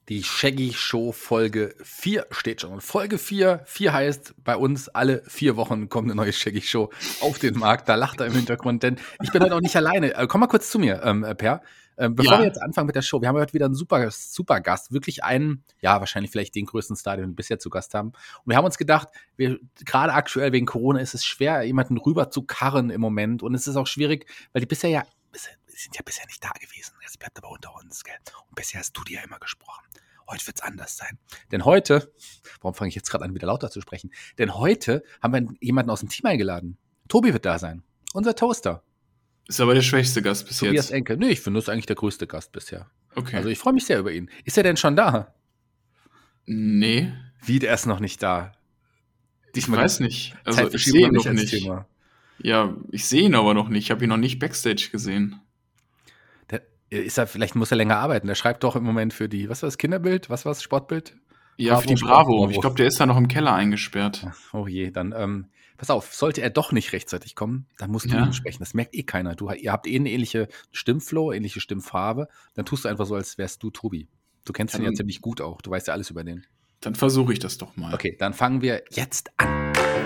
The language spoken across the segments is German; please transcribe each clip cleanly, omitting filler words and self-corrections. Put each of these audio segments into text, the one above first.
Die Shaggy Show Folge 4 steht schon. Und Folge 4 heißt bei uns, alle 4 Wochen kommt eine neue Shaggy Show auf den Markt. Da lacht er im Hintergrund, denn ich bin heute auch nicht alleine. Komm mal kurz zu mir, Per. Bevor wir jetzt anfangen mit der Show, wir haben heute wieder einen super Gast. Wirklich einen, ja, wahrscheinlich vielleicht den größten Star, den wir bisher zu Gast haben. Und wir haben uns gedacht, gerade aktuell wegen Corona ist es schwer, jemanden rüber zu karren im Moment. Und es ist auch schwierig, weil die sind ja bisher nicht da gewesen. Das bleibt aber unter uns, gell? Und bisher hast du dir ja immer gesprochen. Heute wird's anders sein. Denn heute, warum fange ich jetzt gerade an, wieder lauter zu sprechen? Denn heute haben wir jemanden aus dem Team eingeladen. Tobi wird da sein. Unser Toaster. Ist aber der schwächste Gast bis Tobias jetzt. Enke. Nee, ich finde, das ist eigentlich der größte Gast bisher. Okay. Also ich freue mich sehr über ihn. Ist er denn schon da? Nee. Wie, der ist noch nicht da? Ich weiß nicht. Also ich Zeitverschiebung sehe ihn noch noch als nicht. Thema. Ja, ich sehe ihn aber noch nicht. Ich habe ihn noch nicht Backstage gesehen. Vielleicht muss er länger arbeiten. Der schreibt doch im Moment für die, was war das, Kinderbild? Was war das, Sportbild? Ja, für die Bravo. Ich glaube, der ist da noch im Keller eingesperrt. Oh je, dann, pass auf, sollte er doch nicht rechtzeitig kommen, dann musst du ihn sprechen. Das merkt eh keiner. Ihr habt eh eine ähnliche Stimmflow, ähnliche Stimmfarbe. Dann tust du einfach so, als wärst du Tobi. Du kennst ihn ja ziemlich gut auch. Du weißt ja alles über den. Dann versuche ich das doch mal. Okay, dann fangen wir jetzt an.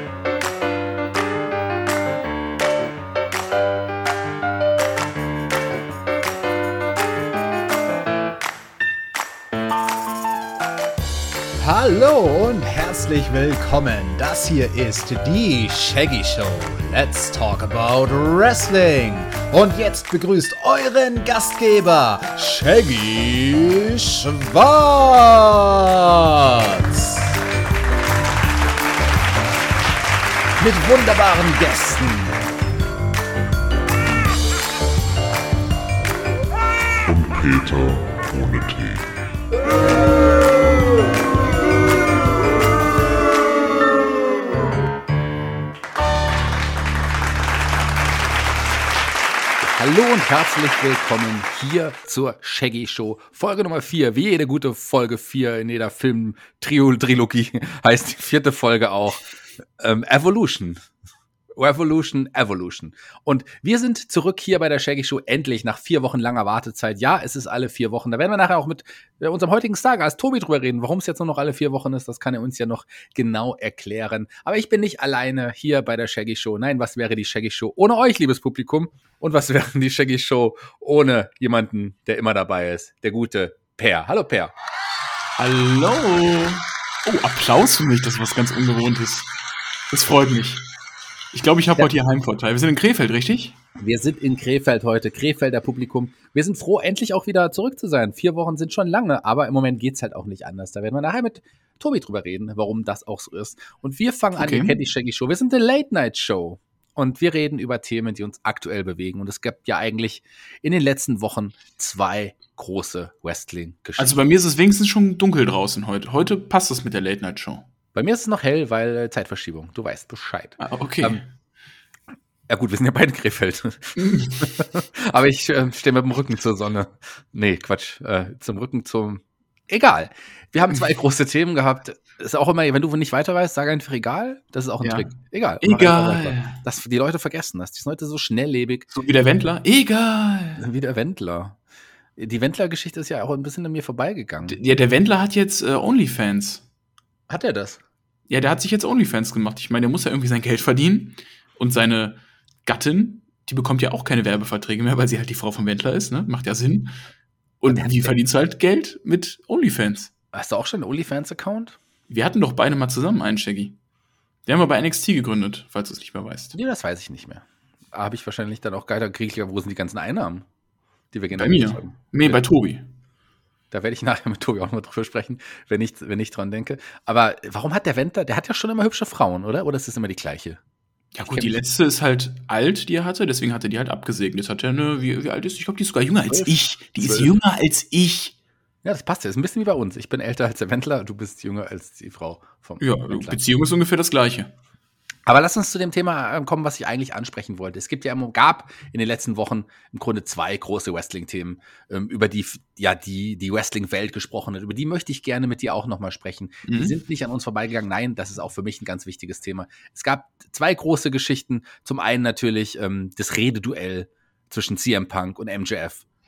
Hallo und herzlich willkommen. Das hier ist die Shaggy Show. Let's talk about wrestling. Und jetzt begrüßt euren Gastgeber, Shaggy Schwarz. Mit wunderbaren Gästen. Und Peter ohne Tee. Hallo und herzlich willkommen hier zur Shaggy Show. Folge Nummer 4, wie jede gute Folge 4 in jeder Film-Trilogie heißt die 4. Folge auch Evolution. Revolution. Und wir sind zurück hier bei der Shaggy Show, endlich nach 4 Wochen langer Wartezeit. Ja, es ist alle 4 Wochen. Da werden wir nachher auch mit unserem heutigen Stargast Tobi drüber reden. Warum es jetzt nur noch alle 4 Wochen ist, das kann er uns ja noch genau erklären. Aber ich bin nicht alleine hier bei der Shaggy Show. Nein, was wäre die Shaggy Show ohne euch, liebes Publikum? Und was wäre die Shaggy Show ohne jemanden, der immer dabei ist? Der gute Per. Hallo Per. Hallo. Oh, Applaus für mich, das ist was ganz Ungewohntes. Das freut mich. Ich glaube, ich habe heute hier Heimvorteil. Wir sind in Krefeld, richtig? Wir sind in Krefeld heute, Krefelder Publikum. Wir sind froh, endlich auch wieder zurück zu sein. 4 Wochen sind schon lange, aber im Moment geht's halt auch nicht anders. Da werden wir nachher mit Tobi drüber reden, warum das auch so ist. Und wir fangen an, ihr kennt die Shaggy Show. Wir sind eine Late-Night-Show. Und wir reden über Themen, die uns aktuell bewegen. Und es gibt ja eigentlich in den letzten Wochen 2 große Wrestling-Geschichten. Also bei mir ist es wenigstens schon dunkel draußen heute. Heute passt es mit der Late-Night-Show. Bei mir ist es noch hell, weil Zeitverschiebung. Du weißt Bescheid. Ah, okay. Ja gut, wir sind ja beide in Krefeld. Aber ich stehe mit dem Rücken zur Sonne. Nee, Quatsch. Zum Rücken zum... Egal. Wir haben 2 große Themen gehabt. Ist auch immer, wenn du nicht weiter weißt, sag einfach egal. Das ist auch ein Trick. Egal. Das die Leute vergessen das. Die sind heute so schnelllebig. So wie der Wendler? Egal. Wie der Wendler. Die Wendler-Geschichte ist ja auch ein bisschen an mir vorbeigegangen. Ja, der Wendler hat jetzt OnlyFans. Hat er das? Ja, der hat sich jetzt OnlyFans gemacht. Ich meine, der muss ja irgendwie sein Geld verdienen. Und seine Gattin, die bekommt ja auch keine Werbeverträge mehr, weil sie halt die Frau vom Wendler ist, ne? Macht ja Sinn. Und die verdient halt Geld mit OnlyFans. Hast du auch schon einen OnlyFans-Account? Wir hatten doch beide mal zusammen einen, Shaggy. Den haben wir bei NXT gegründet, falls du es nicht mehr weißt. Nee, das weiß ich nicht mehr. Habe ich wahrscheinlich dann auch geiler kriege, wo sind die ganzen Einnahmen, die wir bei mir haben? Nee, bei Tobi. Da werde ich nachher mit Tobi auch noch drüber sprechen, wenn ich dran denke. Aber warum hat der Wendler, der hat ja schon immer hübsche Frauen, oder? Oder ist das immer die gleiche? Ja gut, die letzte ist halt alt, die er hatte, deswegen hat er die halt abgesegnet. Jetzt hat er wie alt ist? Ich glaube, die ist sogar jünger als ich. Die ist jünger als ich. Ja, das passt ja. Das ist ein bisschen wie bei uns. Ich bin älter als der Wendler, du bist jünger als die Frau vom Wendler. Beziehung ist ungefähr das Gleiche. Aber lass uns zu dem Thema kommen, was ich eigentlich ansprechen wollte. Es gab in den letzten Wochen im Grunde 2 große Wrestling-Themen, über die Wrestling-Welt gesprochen hat. Über die möchte ich gerne mit dir auch nochmal sprechen. Die sind nicht an uns vorbeigegangen. Nein, das ist auch für mich ein ganz wichtiges Thema. Es gab 2 große Geschichten. Zum einen natürlich das Rededuell zwischen CM Punk und MJF.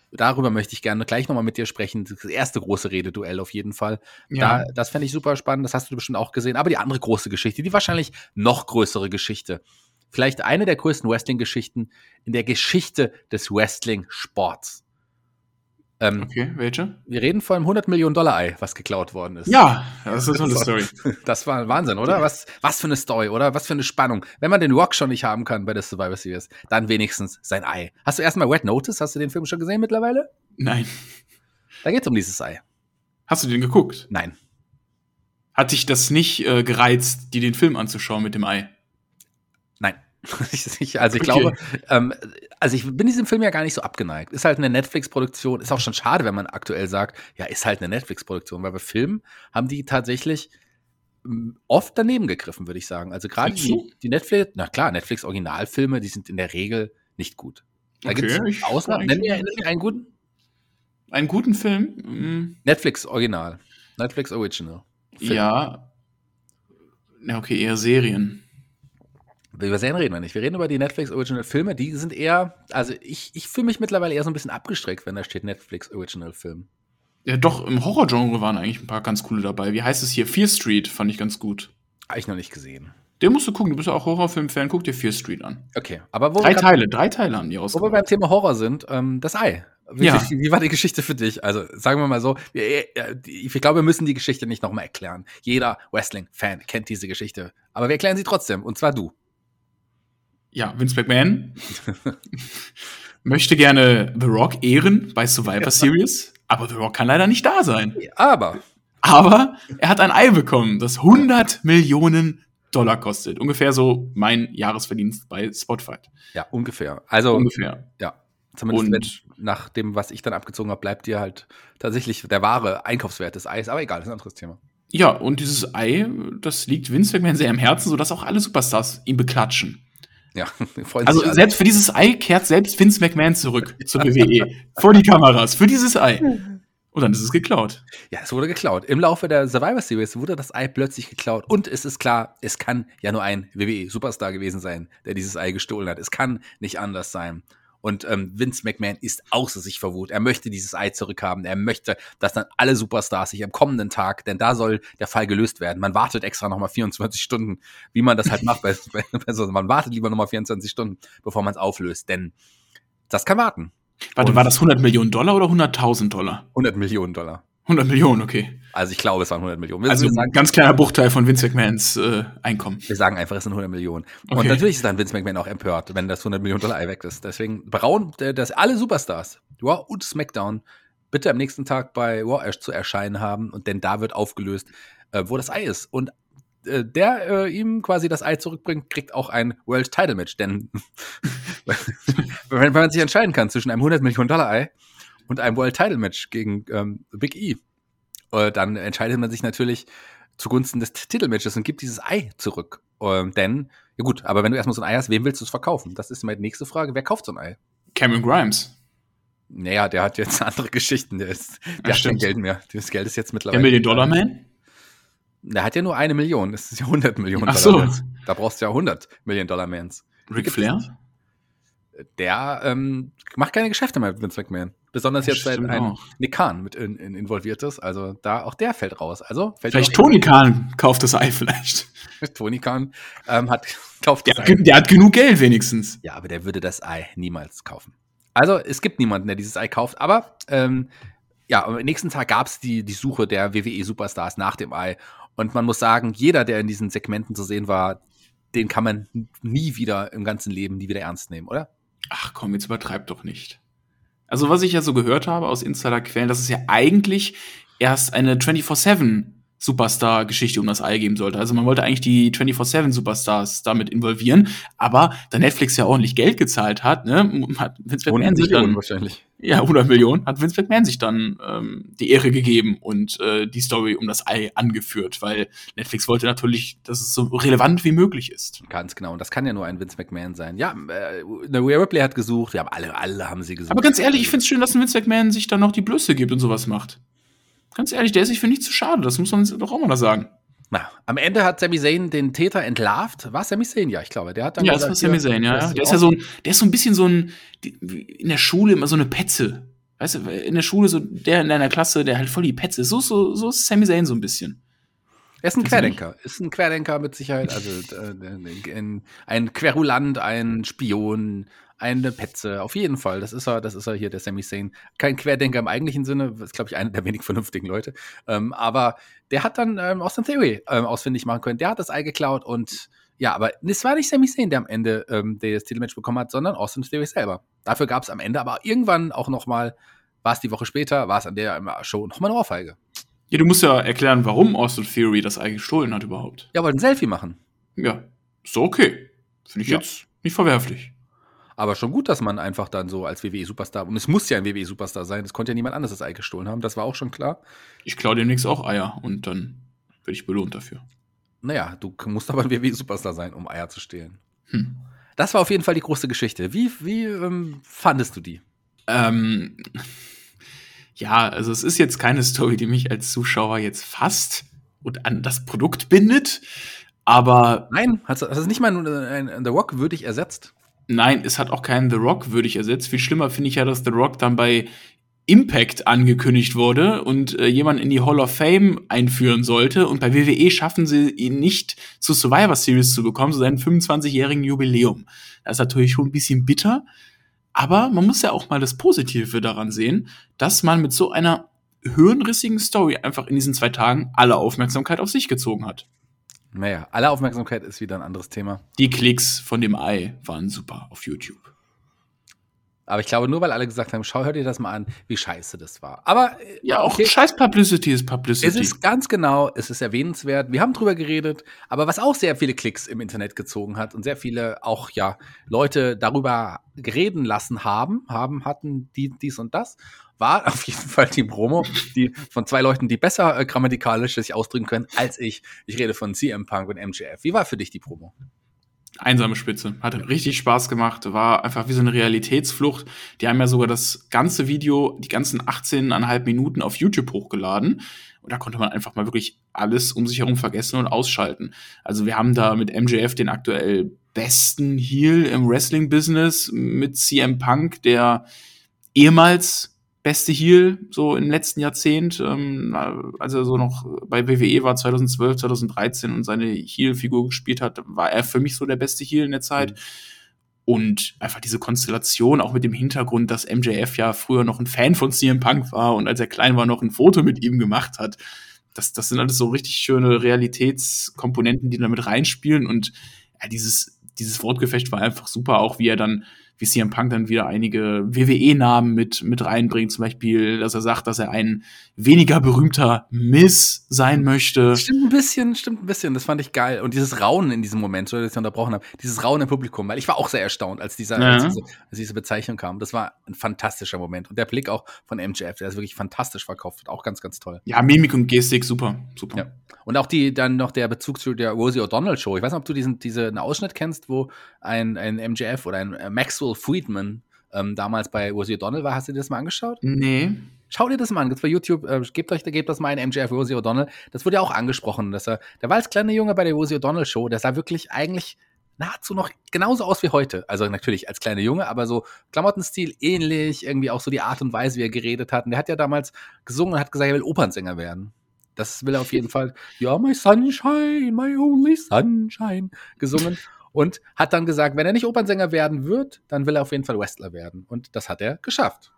Darüber möchte ich gerne gleich nochmal mit dir sprechen. Das erste große Rededuell auf jeden Fall. Ja. Das fände ich super spannend. Das hast du bestimmt auch gesehen. Aber die andere große Geschichte, die wahrscheinlich noch größere Geschichte. Vielleicht eine der größten Wrestling-Geschichten in der Geschichte des Wrestling-Sports. Okay, welche? Wir reden von einem $100 Millionen Ei, was geklaut worden ist. Ja, das ist so eine Story. Das war Wahnsinn, oder? Was für eine Story, oder? Was für eine Spannung. Wenn man den Rock schon nicht haben kann bei der Survivor Series, dann wenigstens sein Ei. Hast du erstmal Red Notice? Hast du den Film schon gesehen mittlerweile? Nein. Da geht's um dieses Ei. Hast du den geguckt? Nein. Hat dich das nicht gereizt, dir den Film anzuschauen mit dem Ei? Nein. Also ich glaube, ich bin diesem Film ja gar nicht so abgeneigt. Ist halt eine Netflix-Produktion. Ist auch schon schade, wenn man aktuell sagt, ja, ist halt eine Netflix-Produktion, weil bei Filmen haben die tatsächlich oft daneben gegriffen, würde ich sagen. Also gerade die Netflix, na klar, Netflix-Originalfilme, die sind in der Regel nicht gut. Da Okay, gibt's Ausnahmen. Nenn mir einen guten. Einen guten Film? Netflix-Original. Netflix Original. Film. Ja. Ja, okay, eher Serien. Über Serien reden wir nicht. Wir reden über die Netflix Original Filme. Die sind eher, also ich fühle mich mittlerweile eher so ein bisschen abgestreckt, wenn da steht Netflix Original Film. Ja, doch, im Horror-Genre waren eigentlich ein paar ganz coole dabei. Wie heißt es hier? Fear Street fand ich ganz gut. Habe ich noch nicht gesehen. Den musst du gucken, du bist ja auch Horrorfilm-Fan, guck dir Fear Street an. Okay, aber drei Teile haben die Wo wir rausgebracht. beim Thema Horror sind, das Ei. Wie war die Geschichte für dich? Also sagen wir mal so, ich glaube, wir müssen die Geschichte nicht nochmal erklären. Jeder Wrestling-Fan kennt diese Geschichte. Aber wir erklären sie trotzdem, und zwar du. Ja, Vince McMahon möchte gerne The Rock ehren bei Survivor Series, aber The Rock kann leider nicht da sein. Aber er hat ein Ei bekommen, das $100 Millionen kostet. Ungefähr so mein Jahresverdienst bei Spotify. Ja, ungefähr. Also ungefähr. Ja. Zumindest nach dem, was ich dann abgezogen habe, bleibt dir halt tatsächlich der wahre Einkaufswert des Eis. Aber egal, das ist ein anderes Thema. Ja, und dieses Ei, das liegt Vince McMahon sehr am Herzen, sodass auch alle Superstars ihn beklatschen. Ja, freuen also sich alle. Selbst für dieses Ei kehrt selbst Vince McMahon zurück zur WWE. Vor die Kameras, für dieses Ei. Und dann ist es geklaut. Ja, es wurde geklaut. Im Laufe der Survivor Series wurde das Ei plötzlich geklaut. Und es ist klar, es kann ja nur ein WWE-Superstar gewesen sein, der dieses Ei gestohlen hat. Es kann nicht anders sein. Und Vince McMahon ist außer sich vor Wut. Er möchte dieses Ei zurückhaben. Er möchte, dass dann alle Superstars sich am kommenden Tag, denn da soll der Fall gelöst werden. Man wartet extra nochmal 24 Stunden, wie man das halt macht. Man wartet lieber nochmal 24 Stunden, bevor man es auflöst. Denn das kann warten. Warte, war das $100 Millionen oder $100.000? $100 Millionen. 100 Millionen, okay. Also ich glaube, es waren 100 Millionen. Also ein ganz kleiner Bruchteil von Vince McMahons Einkommen. Wir sagen einfach, es sind 100 Millionen. Okay. Und natürlich ist dann Vince McMahon auch empört, wenn das $100 Millionen Ei weg ist. Deswegen dass alle Superstars, Raw und SmackDown, bitte am nächsten Tag bei Raw zu erscheinen haben. Und denn da wird aufgelöst, wo das Ei ist. Und der ihm quasi das Ei zurückbringt, kriegt auch ein World Title Match. Denn wenn man sich entscheiden kann zwischen einem $100 Millionen Ei und einem World Title Match gegen Big E, dann entscheidet man sich natürlich zugunsten des Titelmatches und gibt dieses Ei zurück. Denn, ja gut, aber wenn du erstmal so ein Ei hast, wem willst du es verkaufen? Das ist meine nächste Frage. Wer kauft so ein Ei? Cameron Grimes. Naja, der hat jetzt andere Geschichten. Der hat kein Geld mehr. Das Geld ist jetzt mittlerweile. Der $1-Million-Man? Der hat ja nur 1 Million. Das ist ja 100 Millionen Ach so. Dollar. Da brauchst du ja 100 $1-Million-Mans. Ric Flair? Der macht keine Geschäfte mehr mit Vince McMahon. Besonders jetzt, seit ein Nick Khan mit involviert ist. Also auch der fällt raus. Also vielleicht Tony Khan kauft das Ei vielleicht. Tony Khan kauft das Ei. Der hat genug Geld wenigstens. Ja, aber der würde das Ei niemals kaufen. Also es gibt niemanden, der dieses Ei kauft. Aber am nächsten Tag gab es die Suche der WWE-Superstars nach dem Ei. Und man muss sagen, jeder, der in diesen Segmenten zu sehen war, den kann man nie wieder im ganzen Leben nie wieder ernst nehmen, oder? Ach komm, jetzt übertreib doch nicht. Also was ich ja so gehört habe aus Insiderquellen, dass es ja eigentlich erst eine 24/7 Superstar-Geschichte um das Ei geben sollte. Also man wollte eigentlich die 24/7 Superstars damit involvieren, aber da Netflix ja ordentlich Geld gezahlt hat, ne, hat Vince McMahon sich dann wahrscheinlich. Ja, 100 Millionen, hat Vince McMahon sich dann die Ehre gegeben und die Story um das Ei angeführt, weil Netflix wollte natürlich, dass es so relevant wie möglich ist. Ganz genau, und das kann ja nur ein Vince McMahon sein. Ja, eine Rhea Ripley hat gesucht, ja, alle haben sie gesucht. Aber ganz ehrlich, ich find's schön, dass ein Vince McMahon sich dann noch die Blöße gibt und sowas macht. Ganz ehrlich, der ist sich für nichts zu schade, das muss man doch auch mal sagen. Na, am Ende hat Sami Zayn den Täter entlarvt. War Sami Zayn? Ja, ich glaube. Der hat dann das war Sami Zayn, ja. Der ist so ein bisschen so ein, in der Schule immer so eine Petze. Weißt du, in der Schule so der in deiner Klasse, der halt voll die Petze ist. So ist Sami Zayn so ein bisschen. Er ist ein Querdenker. Ist ein Querdenker mit Sicherheit. Also ein Querulant, ein Spion, eine Petze. Auf jeden Fall. Das ist er hier, der Sami Zayn. Kein Querdenker im eigentlichen Sinne. Ist, glaube ich, einer der wenig vernünftigen Leute. Aber der hat dann Austin Theory ausfindig machen können. Der hat das Ei geklaut und ja, aber es war nicht Sami Zayn, der am Ende das Titelmatch bekommen hat, sondern Austin Theory selber. Dafür gab es am Ende aber irgendwann auch nochmal, war es die Woche später, war es an der Show nochmal eine Ohrfeige. Ja, du musst ja erklären, warum Austin Theory das Ei gestohlen hat überhaupt. Ja, wollte ein Selfie machen. Ja, ist so okay. Finde ich jetzt nicht verwerflich. Aber schon gut, dass man einfach dann so als WWE-Superstar, und es muss ja ein WWE-Superstar sein, es konnte ja niemand anderes das Ei gestohlen haben, das war auch schon klar. Ich klaue demnächst auch Eier und dann werde ich belohnt dafür. Naja, du musst aber ein WWE-Superstar sein, um Eier zu stehlen. Das war auf jeden Fall die große Geschichte. Wie fandest du die? Ja, also es ist jetzt keine Story, die mich als Zuschauer jetzt fasst und an das Produkt bindet, aber Nein, hast du es nicht mal ein The Rock würdig ersetzt? nein, es hat auch keinen The Rock würdig ersetzt. Viel schlimmer finde ich ja, dass The Rock dann bei Impact angekündigt wurde und jemand in die Hall of Fame einführen sollte. Und bei WWE schaffen sie ihn nicht zur Survivor Series zu bekommen, zu seinem 25-jährigen Jubiläum. Das ist natürlich schon ein bisschen bitter. Aber man muss ja auch mal das Positive daran sehen, dass man mit so einer hirnrissigen Story einfach in diesen 2 Tagen alle Aufmerksamkeit auf sich gezogen hat. Naja, alle Aufmerksamkeit ist wieder ein anderes Thema. Die Klicks von dem Ei waren super auf YouTube. Aber ich glaube, nur weil alle gesagt haben, hör dir das mal an, wie scheiße das war. Aber ja, auch scheiß Publicity ist Publicity. Es ist ganz genau, es ist erwähnenswert. Wir haben drüber geredet, aber was auch sehr viele Klicks im Internet gezogen hat und sehr viele auch Leute darüber reden lassen hatten dies und das, war auf jeden Fall die Promo, die von 2 Leuten, die besser grammatikalisch sich ausdrücken können als ich. Ich rede von CM Punk und MJF. Wie war für dich die Promo? Einsame Spitze. Hat richtig Spaß gemacht. War einfach wie so eine Realitätsflucht. Die haben ja sogar das ganze Video, die ganzen 18,5 Minuten auf YouTube hochgeladen. Und da konnte man einfach mal wirklich alles um sich herum vergessen und ausschalten. Also wir haben da mit MJF den aktuell besten Heel im Wrestling-Business, mit CM Punk, der ehemals beste Heel so im letzten Jahrzehnt, als er so noch bei WWE war, 2012, 2013 und seine Heel-Figur gespielt hat, war er für mich so der beste Heel in der Zeit. Und einfach diese Konstellation, auch mit dem Hintergrund, dass MJF ja früher noch ein Fan von CM Punk war und als er klein war, noch ein Foto mit ihm gemacht hat. Das sind alles so richtig schöne Realitätskomponenten, die da mit reinspielen. Und ja, dieses Wortgefecht war einfach super, auch wie CM Punk dann wieder einige WWE-Namen mit reinbringt, zum Beispiel, dass er sagt, dass er ein weniger berühmter Miss sein möchte. Stimmt ein bisschen, das fand ich geil. Und dieses Raunen in diesem Moment, so dass ich unterbrochen habe, dieses Raunen im Publikum, weil ich war auch sehr erstaunt, als diese Bezeichnung kam. Das war ein fantastischer Moment. Und der Blick auch von MJF, der ist wirklich fantastisch verkauft, auch ganz, ganz toll. Ja, Mimik und Gestik, super. Ja. Und auch dann noch der Bezug zu der Rosie O'Donnell Show. Ich weiß nicht, ob du diesen Ausschnitt kennst, wo ein MJF oder ein Maxwell Friedman damals bei Rosie O'Donnell war. Hast du dir das mal angeschaut? Nee. Schau dir das mal an, gibt's bei YouTube, gebt das mal ein, MJF Rosie O'Donnell. Das wurde ja auch angesprochen, der war als kleiner Junge bei der Rosie O'Donnell Show, der sah wirklich eigentlich nahezu noch genauso aus wie heute. Also natürlich als kleiner Junge, aber so Klamottenstil ähnlich, irgendwie auch so die Art und Weise, wie er geredet hat. Und der hat ja damals gesungen und hat gesagt, er will Opernsänger werden. Das will er auf jeden Fall. Ja, my sunshine, my only sunshine gesungen. Und hat dann gesagt, wenn er nicht Opernsänger werden wird, dann will er auf jeden Fall Wrestler werden. Und das hat er geschafft.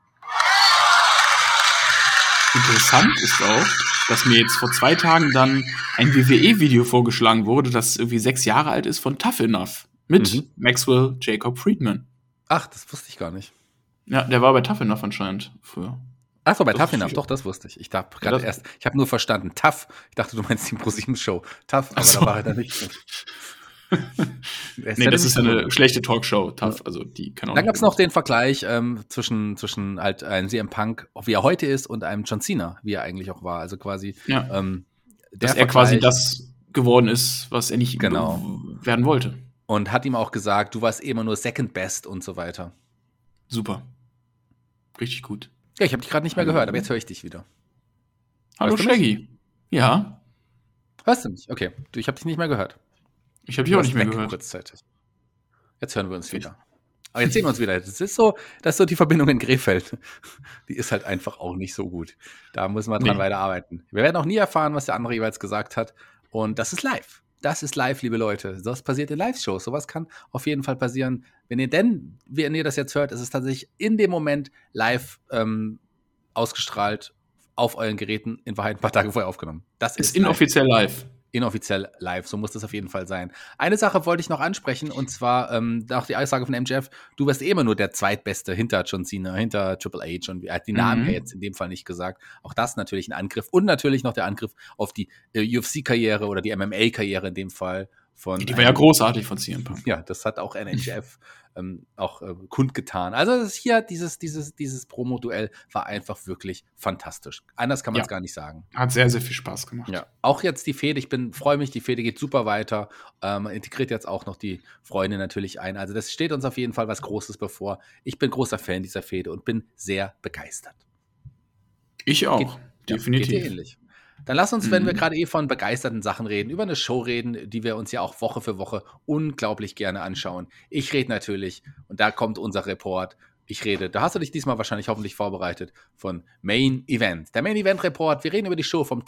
Interessant ist auch, dass mir jetzt vor 2 Tagen dann ein WWE-Video vorgeschlagen wurde, das irgendwie 6 Jahre alt ist, von Tough Enough mit Maxwell Jacob Friedman. Ach, das wusste ich gar nicht. Ja, der war bei Tough Enough anscheinend früher. Ach so, bei Tough Enough, doch, das wusste ich. Ich habe nur verstanden, Tough. Ich dachte, du meinst die ProSieben-Show. Tough, aber da war er dann nicht. Nee, das ist eine schlechte Talkshow, Tough, also die kann auch. Dann gab es noch den Vergleich zwischen halt einem CM Punk, wie er heute ist, und einem John Cena, wie er eigentlich auch war. Also quasi, dass er quasi das geworden ist, was er nicht werden wollte. Und hat ihm auch gesagt, du warst immer nur Second Best und so weiter. Super. Richtig gut. Ja, ich habe dich gerade nicht mehr gehört, aber jetzt höre ich dich wieder. Hallo Shaggy. Ja. Hörst du mich? Okay, ich habe dich nicht mehr gehört. Ich habe dich auch nicht mehr gehört. Kurzzeitig. Jetzt hören wir uns wieder. Aber jetzt sehen wir uns wieder. Das ist so die Verbindung in Krefeld. Die ist halt einfach auch nicht so gut. Da muss man dran weiterarbeiten. Wir werden auch nie erfahren, was der andere jeweils gesagt hat. Und das ist live. Das ist live, liebe Leute. Das passiert in Live-Shows. Sowas kann auf jeden Fall passieren. Wenn ihr das jetzt hört, ist es tatsächlich in dem Moment live ausgestrahlt auf euren Geräten, in Wahrheit ein paar Tage vorher aufgenommen. Das ist inoffiziell live. Inoffiziell live, so muss das auf jeden Fall sein. Eine Sache wollte ich noch ansprechen, und zwar auch die Aussage von MJF, du wirst immer nur der Zweitbeste hinter John Cena, hinter Triple H, und er hat die Namen ja jetzt in dem Fall nicht gesagt. Auch das natürlich ein Angriff, und natürlich noch der Angriff auf die UFC-Karriere oder die MMA-Karriere in dem Fall. Die war ja großartig von CM Punk. Ja, das hat auch NHF auch kundgetan. Also das hier, dieses Promo-Duell war einfach wirklich fantastisch. Anders kann man es gar nicht sagen. Hat sehr, sehr viel Spaß gemacht. Ja, auch jetzt die Fehde, freue mich, die Fehde geht super weiter. Man integriert jetzt auch noch die Freunde natürlich ein. Also das steht uns auf jeden Fall was Großes bevor. Ich bin großer Fan dieser Fehde und bin sehr begeistert. Ich auch, definitiv. Geht dir ähnlich. Dann lass uns, wenn wir gerade von begeisterten Sachen reden, über eine Show reden, die wir uns ja auch Woche für Woche unglaublich gerne anschauen. Ich rede natürlich, und da kommt unser Report, da hast du dich diesmal wahrscheinlich hoffentlich vorbereitet, von Main Event. Der Main Event Report, wir reden über die Show vom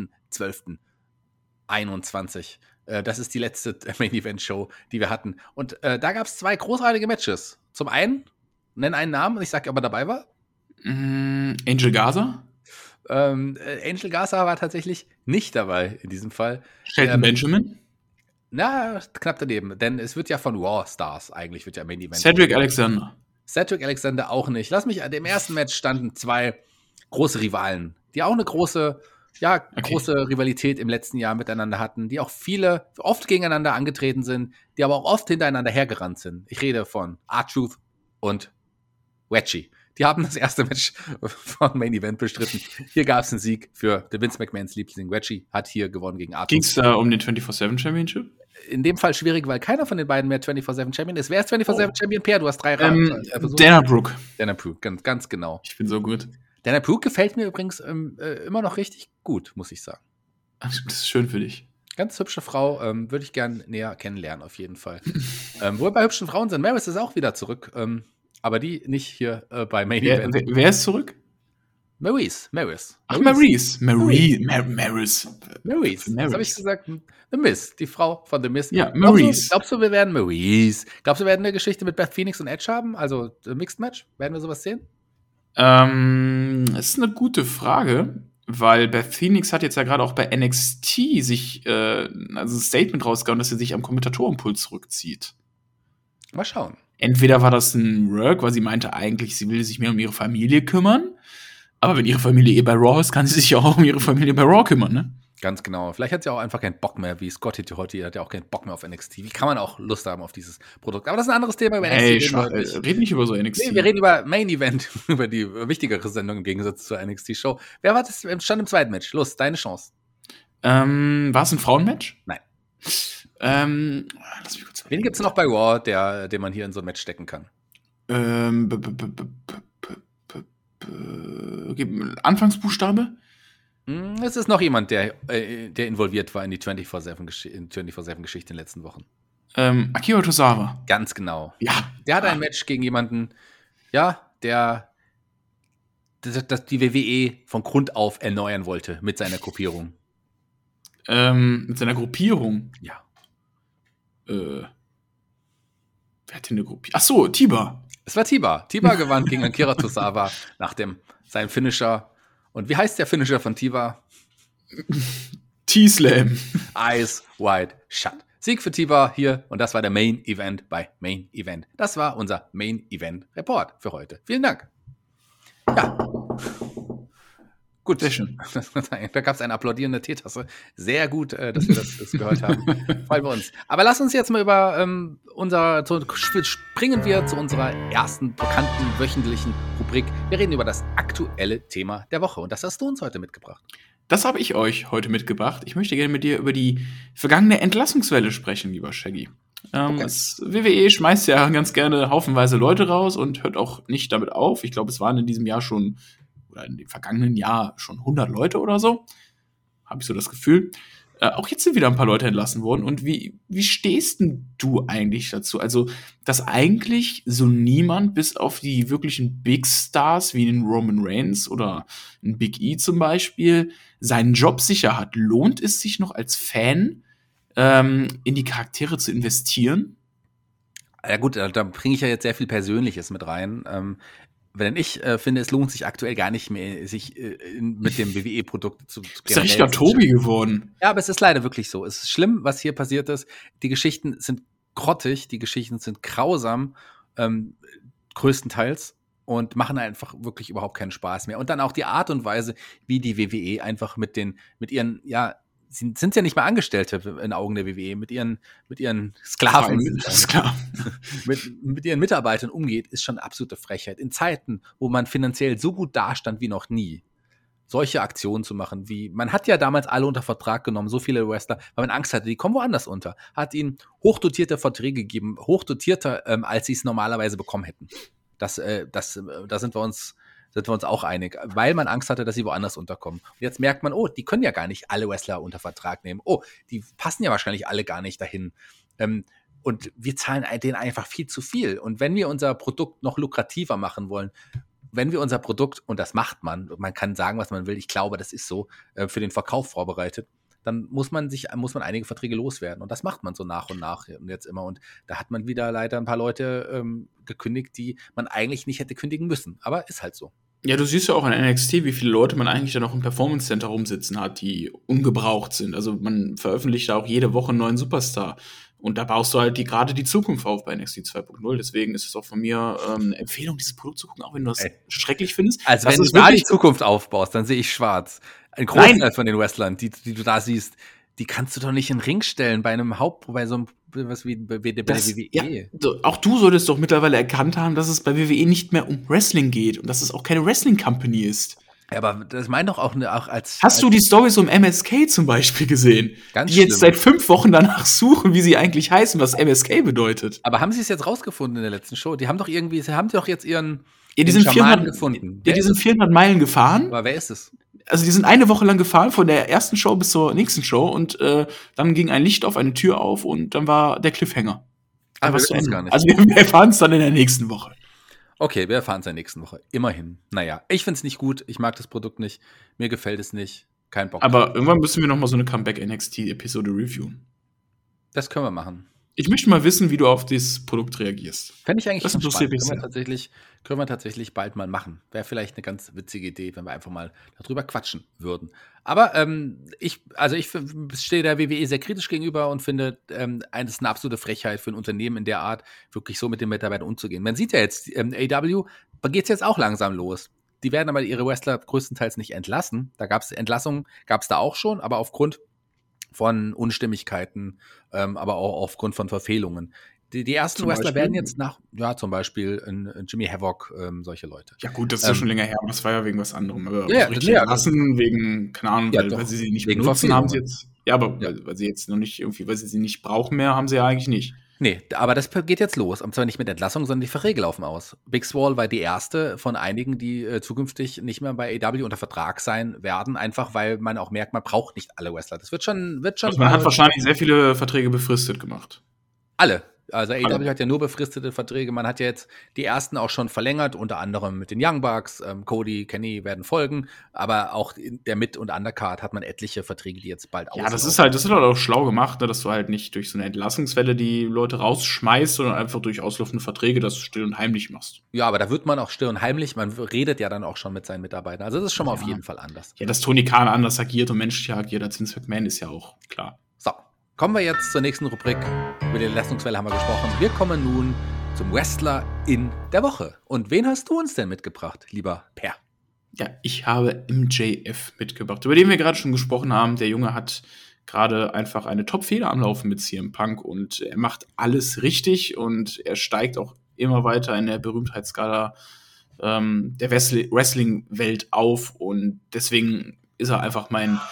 2.12.21. Das ist die letzte Main Event Show, die wir hatten. Und da gab es 2 großartige Matches. Zum einen, nenn einen Namen, und ich sag, ob er dabei war. Angel Garza? Angel Garza war tatsächlich nicht dabei in diesem Fall. Shelton Benjamin? Na, knapp daneben, denn es wird ja von Raw Stars eigentlich, wird ja Main Event. Cedric Alexander auch nicht. Im ersten Match standen 2 große Rivalen, die auch eine große Rivalität im letzten Jahr miteinander hatten, die auch oft gegeneinander angetreten sind, die aber auch oft hintereinander hergerannt sind. Ich rede von R-Truth und Wedgie. Die haben das erste Match von Main Event bestritten. Hier gab es einen Sieg für Vince McMahons Liebling. Wedgie hat hier gewonnen gegen R-Truth. Ging es da um den 24/7 Championship? In dem Fall schwierig, weil keiner von den beiden mehr 24/7 Champion ist. Wer ist 24/7 Champion? Per, du hast 3 Dana Brooke. Dana Brooke, ganz genau. Ich bin so gut. Dana Brooke gefällt mir übrigens immer noch richtig gut, muss ich sagen. Das ist schön für dich. Ganz hübsche Frau, würde ich gern näher kennenlernen, auf jeden Fall. Wo wir bei hübschen Frauen sind, Maryse ist auch wieder zurück. Aber die nicht hier bei Main Event. Wer ist zurück? Maryse. Ach, Maryse. Was habe ich gesagt? The Miz, die Frau von The Miz. Ja, Maryse. Glaubst du, wir werden Maryse? Glaubst du, wir werden eine Geschichte mit Beth Phoenix und Edge haben? Also Mixed Match? Werden wir sowas sehen? Das ist eine gute Frage, weil Beth Phoenix hat jetzt ja gerade auch bei NXT sich ein Statement rausgehauen, dass sie sich am Kommentatorenpult zurückzieht. Mal schauen. Entweder war das ein Work, weil sie meinte eigentlich, sie will sich mehr um ihre Familie kümmern. Aber wenn ihre Familie bei Raw ist, kann sie sich auch um ihre Familie bei Raw kümmern, ne? Ganz genau. Vielleicht hat sie auch einfach keinen Bock mehr, wie Scotty Hotti hat ja auch keinen Bock mehr auf NXT. Wie kann man auch Lust haben auf dieses Produkt? Aber das ist ein anderes Thema. Über NXT red nicht über so NXT. Nee, wir reden über Main Event, über die wichtigere Sendung im Gegensatz zur NXT-Show. Wer war das? Stand im zweiten Match. Los, deine Chance. War es ein Frauenmatch? Nein. Lass mich kurz Wen gibt es noch bei Raw, den man hier in so ein Match stecken kann? Anfangsbuchstabe? Es ist noch jemand, der involviert war in die 24/7-Geschichte in den letzten Wochen. Akira Tozawa. Ganz genau. Ja. Der hat ein Match gegen jemanden, der die WWE von Grund auf erneuern wollte mit seiner Gruppierung. Mit seiner Gruppierung? Ja. Wer hat denn eine Gruppierung? Achso, Tiba. Es war Tiba. Tiba gewann gegen Akira Tozawa nach seinem Finisher. Und wie heißt der Finisher von Tiba? T-Slam. Eyes Wide Shut. Sieg für Tiba hier. Und das war der Main Event bei Main Event. Das war unser Main Event Report für heute. Vielen Dank. Ja. Gut. Sehr schön. Da gab es eine applaudierende Teetasse. Sehr gut, dass wir das gehört haben. Freuen wir uns. Aber lass uns jetzt mal springen wir zu unserer ersten bekannten wöchentlichen Rubrik. Wir reden über das aktuelle Thema der Woche. Und das hast du uns heute mitgebracht. Das habe ich euch heute mitgebracht. Ich möchte gerne mit dir über die vergangene Entlassungswelle sprechen, lieber Shaggy. Okay. Das WWE schmeißt ja ganz gerne haufenweise Leute raus und hört auch nicht damit auf. Ich glaube, es waren in diesem Jahr schon, oder in dem vergangenen Jahr schon 100 Leute oder so. Habe ich so das Gefühl. Auch jetzt sind wieder ein paar Leute entlassen worden. Und wie stehst denn du eigentlich dazu? Also, dass eigentlich so niemand, bis auf die wirklichen Big Stars wie den Roman Reigns oder ein Big E zum Beispiel, seinen Job sicher hat. Lohnt es sich noch als Fan, in die Charaktere zu investieren? Ja gut, da bringe ich ja jetzt sehr viel Persönliches mit rein. Wenn ich finde, es lohnt sich aktuell gar nicht mehr, sich mit dem WWE-Produkt zu Ist ja richtiger Tobi geworden. Ja, aber es ist leider wirklich so. Es ist schlimm, was hier passiert ist. Die Geschichten sind grottig, die Geschichten sind grausam, größtenteils, und machen einfach wirklich überhaupt keinen Spaß mehr. Und dann auch die Art und Weise, wie die WWE einfach mit ihren, ja, sind ja nicht mehr Angestellte in Augen der WWE, mit ihren Sklaven, mit ihren Mitarbeitern umgeht, ist schon absolute Frechheit. In Zeiten, wo man finanziell so gut dastand wie noch nie, solche Aktionen zu machen, man hat ja damals alle unter Vertrag genommen, so viele Wrestler, weil man Angst hatte, die kommen woanders unter, hat ihnen hochdotierte Verträge gegeben, hochdotierter, als sie es normalerweise bekommen hätten. Da sind wir uns auch einig, weil man Angst hatte, dass sie woanders unterkommen. Und jetzt merkt man, die können ja gar nicht alle Wrestler unter Vertrag nehmen. Die passen ja wahrscheinlich alle gar nicht dahin. Und wir zahlen denen einfach viel zu viel. Und wenn wir unser Produkt noch lukrativer machen wollen, wenn wir unser Produkt, und das macht man kann sagen, was man will, ich glaube, das ist so, für den Verkauf vorbereitet, dann muss man einige Verträge loswerden. Und das macht man so nach und nach und jetzt immer. Und da hat man wieder leider ein paar Leute gekündigt, die man eigentlich nicht hätte kündigen müssen. Aber ist halt so. Ja, du siehst ja auch an NXT, wie viele Leute man eigentlich da noch im Performance Center rumsitzen hat, die ungebraucht sind. Also man veröffentlicht da auch jede Woche einen neuen Superstar. Und da baust du halt gerade die Zukunft auf bei NXT 2.0. Deswegen ist es auch von mir eine Empfehlung, dieses Produkt zu gucken, auch wenn du das schrecklich findest. Also wenn du da die Zukunft aufbaust, dann sehe ich schwarz. Ein Großteil von den Wrestlern, die du da siehst, die kannst du doch nicht in den Ring stellen bei so einem was wie bei WWE. Ja, auch du solltest doch mittlerweile erkannt haben, dass es bei WWE nicht mehr um Wrestling geht und dass es auch keine Wrestling-Company ist. Ja, aber das meint doch auch als... Hast du die Storys um MSK zum Beispiel gesehen? Ganz die schlimm. Jetzt seit 5 Wochen danach suchen, wie sie eigentlich heißen, was MSK bedeutet. Aber haben sie es jetzt rausgefunden in der letzten Show? Sie haben doch jetzt ihren die sind Schamanen gefunden. Ja, die sind 400 Meilen gefahren. Aber wer ist es? Also die sind eine Woche lang gefahren, von der ersten Show bis zur nächsten Show, und dann ging ein Licht auf, eine Tür auf, und dann war der Cliffhanger. Aber wir wissen es gar nicht. Also wir erfahren es dann in der nächsten Woche. Okay, wir erfahren es in der nächsten Woche. Immerhin. Naja, ich finde es nicht gut. Ich mag das Produkt nicht. Mir gefällt es nicht. Kein Bock. Aber irgendwann müssen wir noch mal so eine Comeback-NXT-Episode reviewen. Das können wir machen. Ich möchte mal wissen, wie du auf dieses Produkt reagierst. Fände ich eigentlich das interessiert mich sehr. Können wir tatsächlich bald mal machen. Wäre vielleicht eine ganz witzige Idee, wenn wir einfach mal darüber quatschen würden. Aber ich stehe der WWE sehr kritisch gegenüber und finde, das ist eine absolute Frechheit für ein Unternehmen in der Art, wirklich so mit den Mitarbeitern umzugehen. Man sieht ja jetzt, AEW, da geht es jetzt auch langsam los. Die werden aber ihre Wrestler größtenteils nicht entlassen. Entlassungen gab es da auch schon, aber aufgrund von Unstimmigkeiten, aber auch aufgrund von Verfehlungen. Die ersten Wrestler werden jetzt zum Beispiel in Jimmy Havoc, solche Leute. Ja gut, das ist ja schon länger her, aber das war ja wegen was anderem. Aber wegen, keine Ahnung, weil sie sie nicht benutzen, haben sie jetzt, weil sie jetzt noch nicht irgendwie, weil sie sie nicht brauchen mehr, haben sie ja eigentlich nicht. Nee, aber das geht jetzt los. Und zwar nicht mit Entlassung, sondern die Verträge laufen aus. Big Swole war die erste von einigen, die zukünftig nicht mehr bei AEW unter Vertrag sein werden, einfach weil man auch merkt, man braucht nicht alle Wrestler. Das wird schon. Also man hat wahrscheinlich sehr viele Verträge befristet gemacht. Alle. Also AEW hat ja nur befristete Verträge. Man hat ja jetzt die ersten auch schon verlängert, unter anderem mit den Young Bucks. Cody, Kenny werden folgen. Aber auch in der Mid- und Undercard hat man etliche Verträge, die jetzt bald auslaufen. Ja, das ist halt auch schlau gemacht, ne, dass du halt nicht durch so eine Entlassungswelle die Leute rausschmeißt, sondern einfach durch auslaufende Verträge das still und heimlich machst. Ja, aber da wird man auch still und heimlich. Man redet ja dann auch schon mit seinen Mitarbeitern. Also das ist schon mal auf jeden Fall anders. Ja, dass Tony Khan anders agiert und menschlich agiert als Vince McMahon ist ja auch klar. So. Kommen wir jetzt zur nächsten Rubrik. Über die Entlassungswelle haben wir gesprochen. Wir kommen nun zum Wrestler in der Woche. Und wen hast du uns denn mitgebracht, lieber Per? Ja, ich habe MJF mitgebracht, über den wir gerade schon gesprochen haben. Der Junge hat gerade einfach eine Top-Fehde am Laufen mit CM Punk und er macht alles richtig und er steigt auch immer weiter in der Berühmtheitsskala der Wrestling-Welt auf und deswegen ist er einfach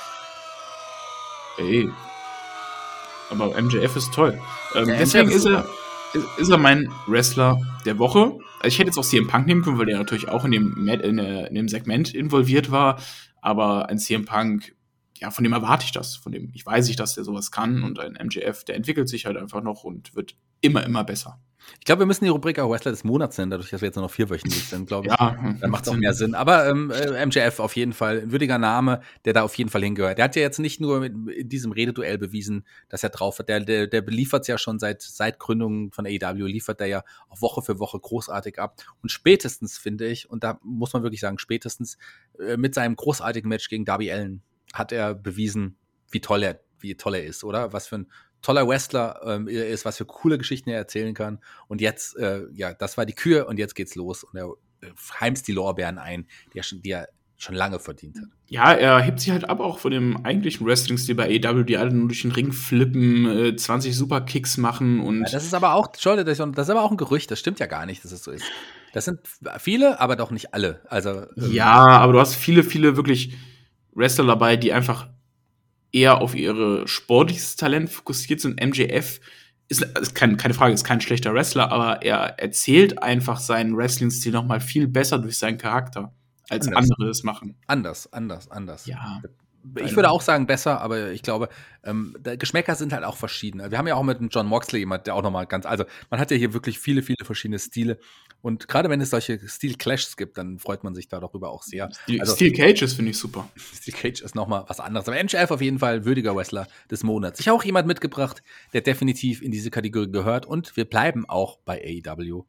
aber MJF ist toll. Deswegen ist er mein Wrestler der Woche. Also ich hätte jetzt auch CM Punk nehmen können, weil der natürlich auch in dem Segment involviert war. Aber ein CM Punk, von dem erwarte ich das. Von dem weiß ich, dass der sowas kann. Und ein MJF, der entwickelt sich halt einfach noch und wird immer besser. Ich glaube, wir müssen die Rubrik auch Wrestler des Monats nennen, dadurch, dass wir jetzt nur noch 4-wöchentlich sind, glaube ich. Ja, dann macht es auch mehr Sinn. Aber MJF auf jeden Fall, ein würdiger Name, der da auf jeden Fall hingehört. Der hat ja jetzt nicht nur in diesem Rededuell bewiesen, dass er drauf hat. Der beliefert es ja schon seit Gründung von AEW, liefert der ja auch Woche für Woche großartig ab. Und spätestens, finde ich, und da muss man wirklich sagen, spätestens mit seinem großartigen Match gegen Darby Allin hat er bewiesen, wie toll er ist, oder? Was für ein toller Wrestler er ist, was für coole Geschichten er erzählen kann. Und jetzt, das war die Kür und jetzt geht's los. Und er heimst die Lorbeeren ein, die er schon lange verdient hat. Ja, er hebt sich halt ab auch von dem eigentlichen Wrestling-Stil bei AEW, die alle nur durch den Ring flippen, 20 Superkicks machen und. Ja, das ist aber auch, das ist aber auch ein Gerücht, das stimmt ja gar nicht, dass es so ist. Das sind viele, aber doch nicht alle. Also, ja, aber du hast viele wirklich Wrestler dabei, die einfach eher auf ihre sportliches Talent fokussiert sind. MJF ist keine Frage, ist kein schlechter Wrestler, aber er erzählt einfach seinen Wrestling-Stil noch mal viel besser durch seinen Charakter, als andere es machen. Anders. Ja. Ich würde auch sagen besser, aber ich glaube, Geschmäcker sind halt auch verschieden. Wir haben ja auch mit dem John Moxley jemand, der auch nochmal also man hat ja hier wirklich viele verschiedene Stile und gerade wenn es solche Stil-Clashs gibt, dann freut man sich darüber auch sehr. Steel Cages finde ich super. Steel Cage ist nochmal was anderes, aber MJF auf jeden Fall würdiger Wrestler des Monats. Ich habe auch jemand mitgebracht, der definitiv in diese Kategorie gehört und wir bleiben auch bei AEW.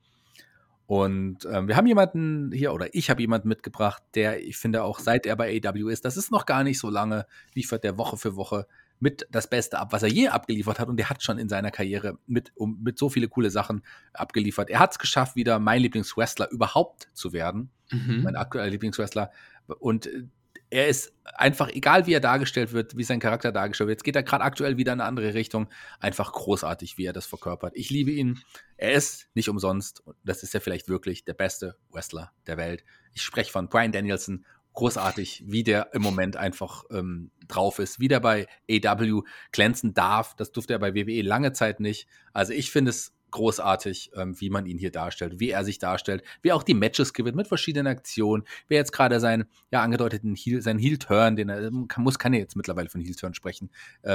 Und wir haben jemanden hier, oder ich habe jemanden mitgebracht, der, ich finde auch, seit er bei AEW ist, das ist noch gar nicht so lange, liefert der Woche für Woche mit das Beste ab, was er je abgeliefert hat. Und der hat schon in seiner Karriere mit so viele coole Sachen abgeliefert. Er hat es geschafft, wieder mein Lieblingswrestler überhaupt zu werden. Mein aktueller Lieblingswrestler. Und er ist einfach, egal wie er dargestellt wird, wie sein Charakter dargestellt wird, jetzt geht er gerade aktuell wieder in eine andere Richtung, einfach großartig, wie er das verkörpert. Ich liebe ihn. Er ist nicht umsonst, und das ist ja vielleicht wirklich der beste Wrestler der Welt. Ich spreche von Bryan Danielson, großartig, wie der im Moment einfach drauf ist, wie der bei AEW glänzen darf. Das durfte er bei WWE lange Zeit nicht. Also ich finde es großartig, wie man ihn hier darstellt, wie er sich darstellt, wie er auch die Matches gewinnt mit verschiedenen Aktionen, wie er jetzt gerade seinen angedeuteten seinen Heel-Turn, den er kann er jetzt mittlerweile von Heel-Turn sprechen,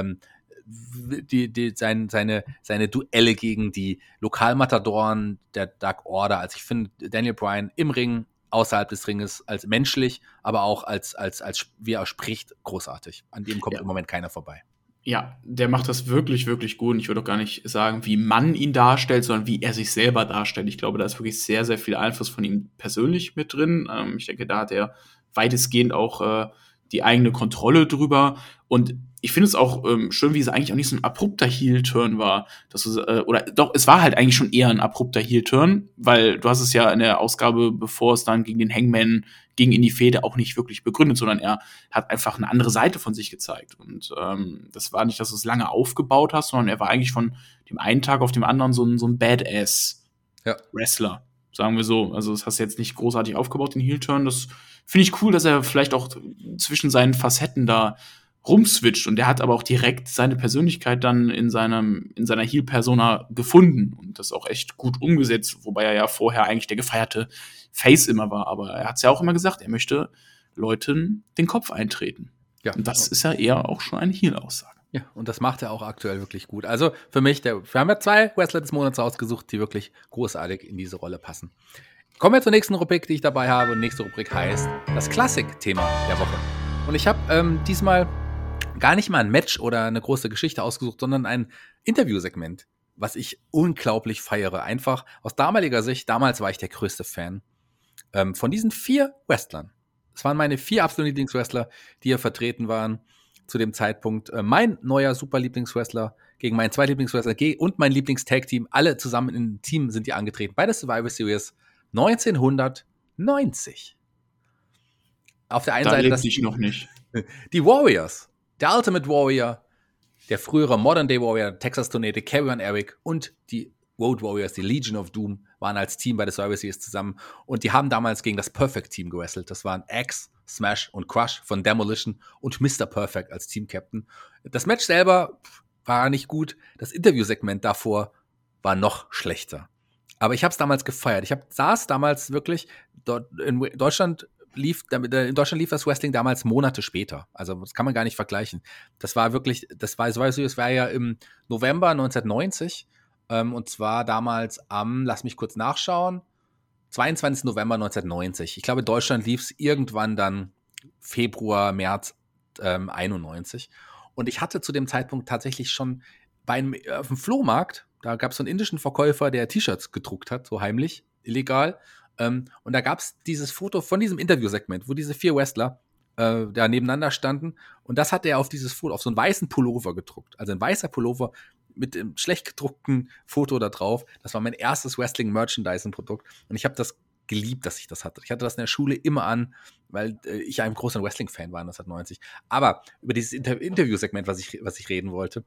seine Duelle gegen die Lokalmatadoren der Dark Order. Also ich finde Daniel Bryan im Ring, außerhalb des Ringes, als menschlich, aber auch als wie er spricht, großartig. An dem kommt im Moment keiner vorbei. Ja, der macht das wirklich gut. Und ich würde auch gar nicht sagen, wie man ihn darstellt, sondern wie er sich selber darstellt. Ich glaube, da ist wirklich sehr, sehr viel Einfluss von ihm persönlich mit drin. Ich denke, da hat er weitestgehend auch die eigene Kontrolle drüber. Und ich finde es auch schön, wie es eigentlich auch nicht so ein abrupter Heel-Turn war. Es war halt eigentlich schon eher ein abrupter Heel-Turn, weil du hast es ja in der Ausgabe, bevor es dann gegen den Hangman ging, in die Fehde auch nicht wirklich begründet, sondern er hat einfach eine andere Seite von sich gezeigt. Und das war nicht, dass du es lange aufgebaut hast, sondern er war eigentlich von dem einen Tag auf dem anderen so ein Badass-Wrestler, sagen wir so. Also das hast du jetzt nicht großartig aufgebaut, den Heel-Turn. Das finde ich cool, dass er vielleicht auch zwischen seinen Facetten da rumswitcht, und der hat aber auch direkt seine Persönlichkeit dann in seiner Heel-Persona gefunden und das auch echt gut umgesetzt, wobei er ja vorher eigentlich der gefeierte Face immer war, aber er hat es ja auch immer gesagt, er möchte Leuten den Kopf eintreten. Ja, und das ist ja eher auch schon eine Heel-Aussage. Ja, und das macht er auch aktuell wirklich gut. Also für mich, wir haben ja 2 Wrestler des Monats rausgesucht, die wirklich großartig in diese Rolle passen. Kommen wir zur nächsten Rubrik, die ich dabei habe, und die nächste Rubrik heißt das Klassik-Thema der Woche. Und ich habe diesmal gar nicht mal ein Match oder eine große Geschichte ausgesucht, sondern ein Interviewsegment, was ich unglaublich feiere. Einfach aus damaliger Sicht, damals war ich der größte Fan von diesen 4 Wrestlern. Es waren meine 4 absoluten Lieblingswrestler, die hier vertreten waren zu dem Zeitpunkt. Mein neuer super Lieblingswrestler gegen meinen 2 Lieblingswrestler und mein Lieblingstag-Team, alle zusammen in einem Team sind die angetreten bei der Survivor Series 1990. Auf der einen Seite ich noch nicht. Die Warriors. Der Ultimate Warrior, der frühere Modern Day Warrior, Texas Tornado, Karrion Eric und die Road Warriors, die Legion of Doom, waren als Team bei der Survivor Series zusammen. Und die haben damals gegen das Perfect Team gewrestelt. Das waren Axe, Smash und Crush von Demolition und Mr. Perfect als Team-Captain. Das Match selber war nicht gut. Das Interviewsegment davor war noch schlechter. Aber ich habe es damals gefeiert. Saß damals wirklich dort in Deutschland in Deutschland lief das Wrestling damals Monate später. Also das kann man gar nicht vergleichen. Es war ja im November 1990 und zwar damals lass mich kurz nachschauen, 22. November 1990. Ich glaube, in Deutschland lief es irgendwann dann Februar, März 91. Und ich hatte zu dem Zeitpunkt tatsächlich schon auf dem Flohmarkt, da gab es so einen indischen Verkäufer, der T-Shirts gedruckt hat, so heimlich, illegal. Und da gab es dieses Foto von diesem Interviewsegment, wo diese 4 Wrestler da nebeneinander standen. Und das hat er auf dieses Foto, auf so einen weißen Pullover gedruckt. Also ein weißer Pullover mit dem schlecht gedruckten Foto da drauf. Das war mein erstes Wrestling-Merchandising-Produkt. Und ich habe das geliebt, dass ich das hatte. Ich hatte das in der Schule immer an, weil ich ein großer Wrestling-Fan war 1990. Aber über dieses Interviewsegment, was ich reden wollte,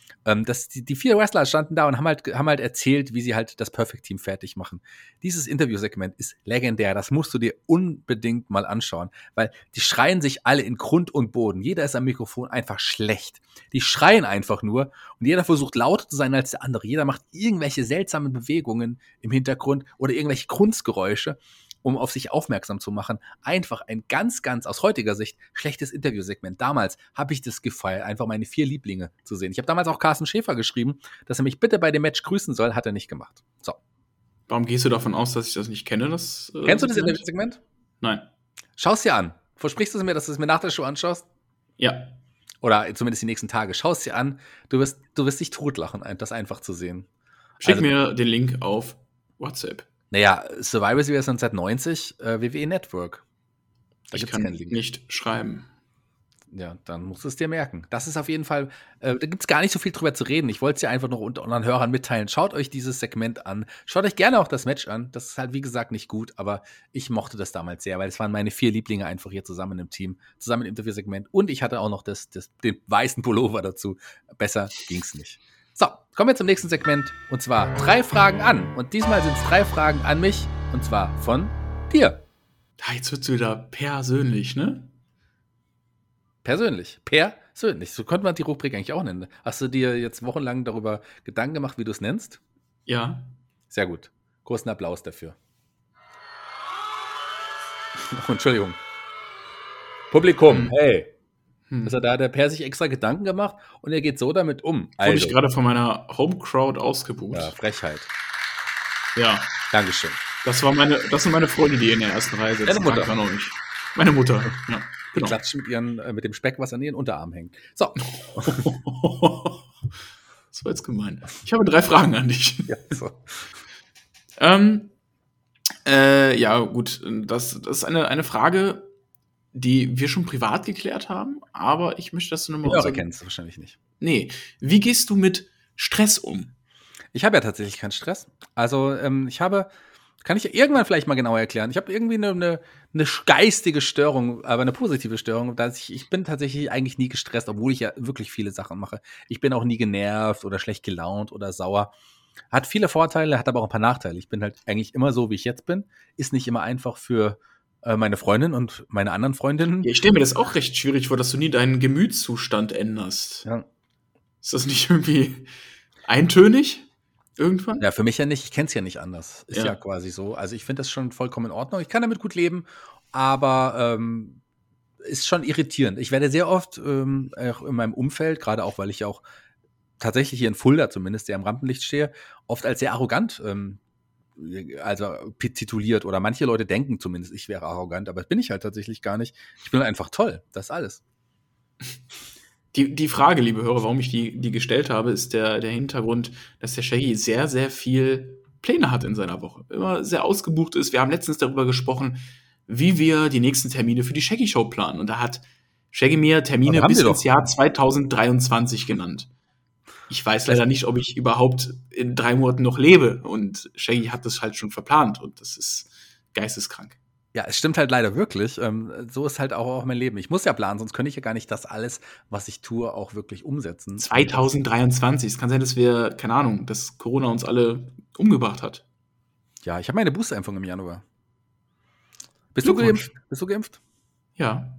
die 4 Wrestler standen da und haben halt erzählt, wie sie halt das Perfect Team fertig machen. Dieses Interviewsegment ist legendär. Das musst du dir unbedingt mal anschauen, weil die schreien sich alle in Grund und Boden. Jeder ist am Mikrofon einfach schlecht. Die schreien einfach nur und jeder versucht lauter zu sein als der andere. Jeder macht irgendwelche seltsamen Bewegungen im Hintergrund oder irgendwelche Kunstgeräusche, um auf sich aufmerksam zu machen. Einfach ein ganz, ganz aus heutiger Sicht schlechtes Interviewsegment. Damals habe ich das gefeiert, einfach meine 4 Lieblinge zu sehen. Ich habe damals auch Carsten Schäfer geschrieben, dass er mich bitte bei dem Match grüßen soll, hat er nicht gemacht. So. Warum gehst du davon aus, dass ich das nicht kenne? Kennst du das Interviewsegment? Nein. Schau es dir an. Versprichst du es mir, dass du es mir nach der Show anschaust? Ja. Oder zumindest die nächsten Tage. Schau es dir an. Du wirst dich totlachen, das einfach zu sehen. Schick mir den Link auf WhatsApp. Naja, Survivor Series 1990, WWE Network. Ich kann nicht schreiben. Ja, dann musst du es dir merken. Das ist auf jeden Fall, da gibt es gar nicht so viel drüber zu reden. Ich wollte es dir einfach noch unter unseren Hörern mitteilen. Schaut euch dieses Segment an. Schaut euch gerne auch das Match an. Das ist halt, wie gesagt, nicht gut, aber ich mochte das damals sehr, weil es waren meine 4 Lieblinge einfach hier zusammen im Team, zusammen im Interviewsegment. Und ich hatte auch noch den weißen Pullover dazu. Besser ging's nicht. So, kommen wir zum nächsten Segment. Und zwar 3 Fragen an. Und diesmal sind es 3 Fragen an mich. Und zwar von dir. Jetzt wird's wieder persönlich, ne? Persönlich. So könnte man die Rubrik eigentlich auch nennen. Hast du dir jetzt wochenlang darüber Gedanken gemacht, wie du es nennst? Ja. Sehr gut. Großen Applaus dafür. Oh, Entschuldigung. Publikum, hey. Also da hat der Per sich extra Gedanken gemacht und er geht so damit um. Wurde ich gerade von meiner Home-Crowd ausgebucht. Ja, Frechheit. Ja. Dankeschön. Das sind meine Freunde, die in der ersten Reihe sitzen. Deine Mutter. Noch nicht. Meine Mutter, ja. Die klatschen mit dem Speck, was an ihren Unterarm hängt. So. Das war jetzt gemein. Ich habe 3 Fragen an dich. Ja, so. Ja, gut. Das ist eine Frage, die wir schon privat geklärt haben, aber ich möchte, dass du nochmal... Ja, kennst du wahrscheinlich nicht. Nee. Wie gehst du mit Stress um? Ich habe ja tatsächlich keinen Stress. Also, kann ich irgendwann vielleicht mal genauer erklären. Ich habe irgendwie eine geistige Störung, aber eine positive Störung. Ich bin tatsächlich eigentlich nie gestresst, obwohl ich ja wirklich viele Sachen mache. Ich bin auch nie genervt oder schlecht gelaunt oder sauer. Hat viele Vorteile, hat aber auch ein paar Nachteile. Ich bin halt eigentlich immer so, wie ich jetzt bin. Ist nicht immer einfach für meine Freundin und meine anderen Freundinnen. Ja, ich stelle mir das auch recht schwierig vor, dass du nie deinen Gemütszustand änderst. Ja. Ist das nicht irgendwie eintönig? Irgendwann? Ja, für mich ja nicht. Ich kenne es ja nicht anders. Ist ja quasi so. Also ich finde das schon vollkommen in Ordnung. Ich kann damit gut leben, aber ist schon irritierend. Ich werde sehr oft auch in meinem Umfeld, gerade auch, weil ich auch tatsächlich hier in Fulda zumindest sehr am Rampenlicht stehe, oft als sehr arrogant tituliert. Oder manche Leute denken zumindest, ich wäre arrogant, aber das bin ich halt tatsächlich gar nicht. Ich bin einfach toll. Das ist alles. Die Frage, liebe Hörer, warum ich die gestellt habe, ist der Hintergrund, dass der Shaggy sehr, sehr viel Pläne hat in seiner Woche. Immer sehr ausgebucht ist. Wir haben letztens darüber gesprochen, wie wir die nächsten Termine für die Shaggy Show planen. Und da hat Shaggy mir Termine bis ins Jahr 2023 genannt. Ich weiß leider nicht, ob ich überhaupt in 3 Monaten noch lebe. Und Shaggy hat das halt schon verplant. Und das ist geisteskrank. Ja, es stimmt halt leider wirklich. So ist halt auch mein Leben. Ich muss ja planen, sonst könnte ich ja gar nicht das alles, was ich tue, auch wirklich umsetzen. 2023. Es kann sein, dass wir, keine Ahnung, dass Corona uns alle umgebracht hat. Ja, ich habe meine Boosterimpfung im Januar. Bist du geimpft? Ja.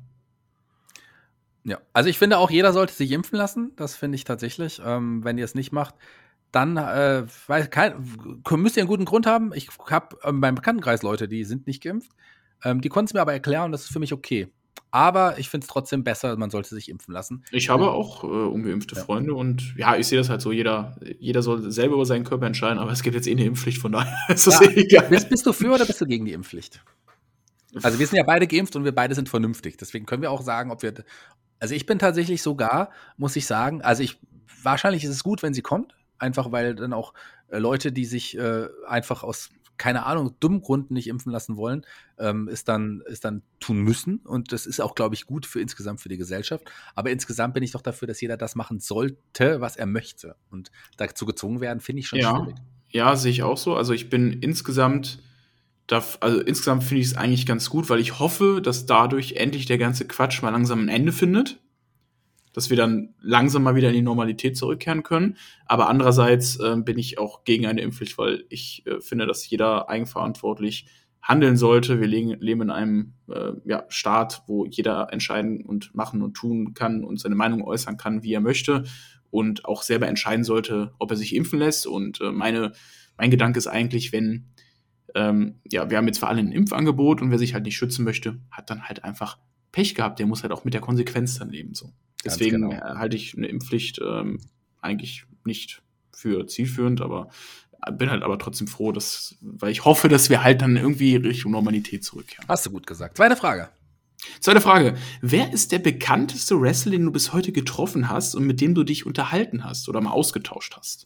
Ja, also ich finde auch, jeder sollte sich impfen lassen. Das finde ich tatsächlich. Wenn ihr es nicht macht, dann müsst ihr einen guten Grund haben. Ich habe beim Bekanntenkreis Leute, die sind nicht geimpft. Die konnten es mir aber erklären und das ist für mich okay. Aber ich finde es trotzdem besser, man sollte sich impfen lassen. Ich habe auch ungeimpfte Freunde und ja, ich sehe das halt so, jeder soll selber über seinen Körper entscheiden, aber es gibt jetzt eine Impfpflicht, von daher ist das egal. Bist du für oder bist du gegen die Impfpflicht? Also wir sind ja beide geimpft und wir beide sind vernünftig. Deswegen können wir auch sagen, also ich bin tatsächlich sogar, muss ich sagen, wahrscheinlich ist es gut, wenn sie kommt, einfach weil dann auch Leute, die sich einfach aus, keine Ahnung, dummen Gründen nicht impfen lassen wollen, es dann tun müssen. Und das ist auch, glaube ich, gut insgesamt für die Gesellschaft. Aber insgesamt bin ich doch dafür, dass jeder das machen sollte, was er möchte. Und dazu gezwungen werden, finde ich schon schwierig. Ja, sehe ich auch so. Also ich bin insgesamt finde ich es eigentlich ganz gut, weil ich hoffe, dass dadurch endlich der ganze Quatsch mal langsam ein Ende findet. Dass wir dann langsam mal wieder in die Normalität zurückkehren können. Aber andererseits bin ich auch gegen eine Impfpflicht, weil ich finde, dass jeder eigenverantwortlich handeln sollte. Wir leben in einem Staat, wo jeder entscheiden und machen und tun kann und seine Meinung äußern kann, wie er möchte. Und auch selber entscheiden sollte, ob er sich impfen lässt. Und mein Gedanke ist eigentlich, wenn wir haben jetzt für alle ein Impfangebot und wer sich halt nicht schützen möchte, hat dann halt einfach Pech gehabt. Der muss halt auch mit der Konsequenz dann leben. So. Deswegen halte ich eine Impfpflicht eigentlich nicht für zielführend, aber bin halt aber trotzdem froh, weil ich hoffe, dass wir halt dann irgendwie Richtung Normalität zurückkehren. Hast du gut gesagt. Zweite Frage. Wer ist der bekannteste Wrestler, den du bis heute getroffen hast und mit dem du dich unterhalten hast oder mal ausgetauscht hast?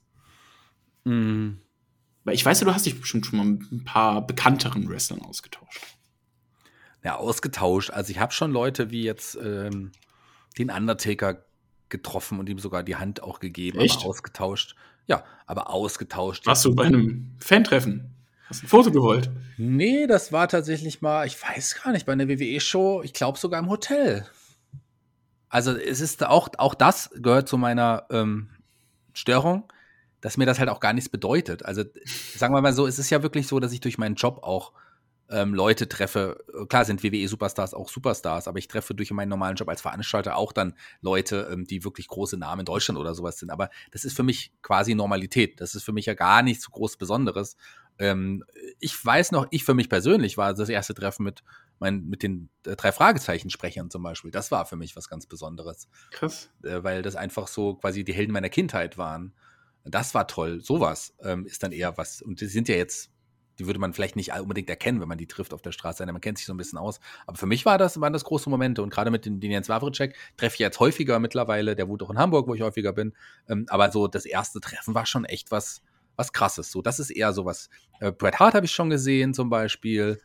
Weil ich weiß ja, du hast dich bestimmt schon mal mit ein paar bekannteren Wrestlern ausgetauscht. Ja, ausgetauscht. Also ich habe schon Leute wie jetzt den Undertaker getroffen und ihm sogar die Hand auch gegeben. Echt? Aber ausgetauscht. Ja, aber ausgetauscht. Warst du bei einem Fan-Treffen? Hast du ein Foto gewollt? Nee, das war tatsächlich mal, ich weiß gar nicht, bei einer WWE-Show, ich glaube sogar im Hotel. Also es ist auch das gehört zu meiner Störung, dass mir das halt auch gar nichts bedeutet. Also sagen wir mal so, es ist ja wirklich so, dass ich durch meinen Job auch Leute treffe. Klar sind WWE-Superstars auch Superstars, aber ich treffe durch meinen normalen Job als Veranstalter auch dann Leute, die wirklich große Namen in Deutschland oder sowas sind. Aber das ist für mich quasi Normalität. Das ist für mich ja gar nichts so groß Besonderes. Ich weiß noch, ich für mich persönlich war das erste Treffen mit den 3 Fragezeichen-Sprechern zum Beispiel. Das war für mich was ganz Besonderes. Krass. Weil das einfach so quasi die Helden meiner Kindheit waren. Das war toll. Sowas ist dann eher was. Und die sind ja jetzt, die würde man vielleicht nicht unbedingt erkennen, wenn man die trifft auf der Straße. Man kennt sich so ein bisschen aus. Aber für mich waren das große Momente. Und gerade mit den Jens Wawrczyk treffe ich jetzt häufiger mittlerweile. Der wohnt auch in Hamburg, wo ich häufiger bin. Aber so das erste Treffen war schon echt was Krasses. So, das ist eher sowas. Bret Hart habe ich schon gesehen zum Beispiel.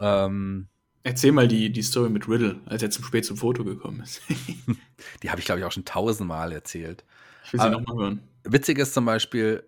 Erzähl mal die Story mit Riddle, als er zu spät zum Foto gekommen ist. Die habe ich, glaube ich, auch schon 1000-mal erzählt. Ich will sie nochmal hören. Witzig ist zum Beispiel,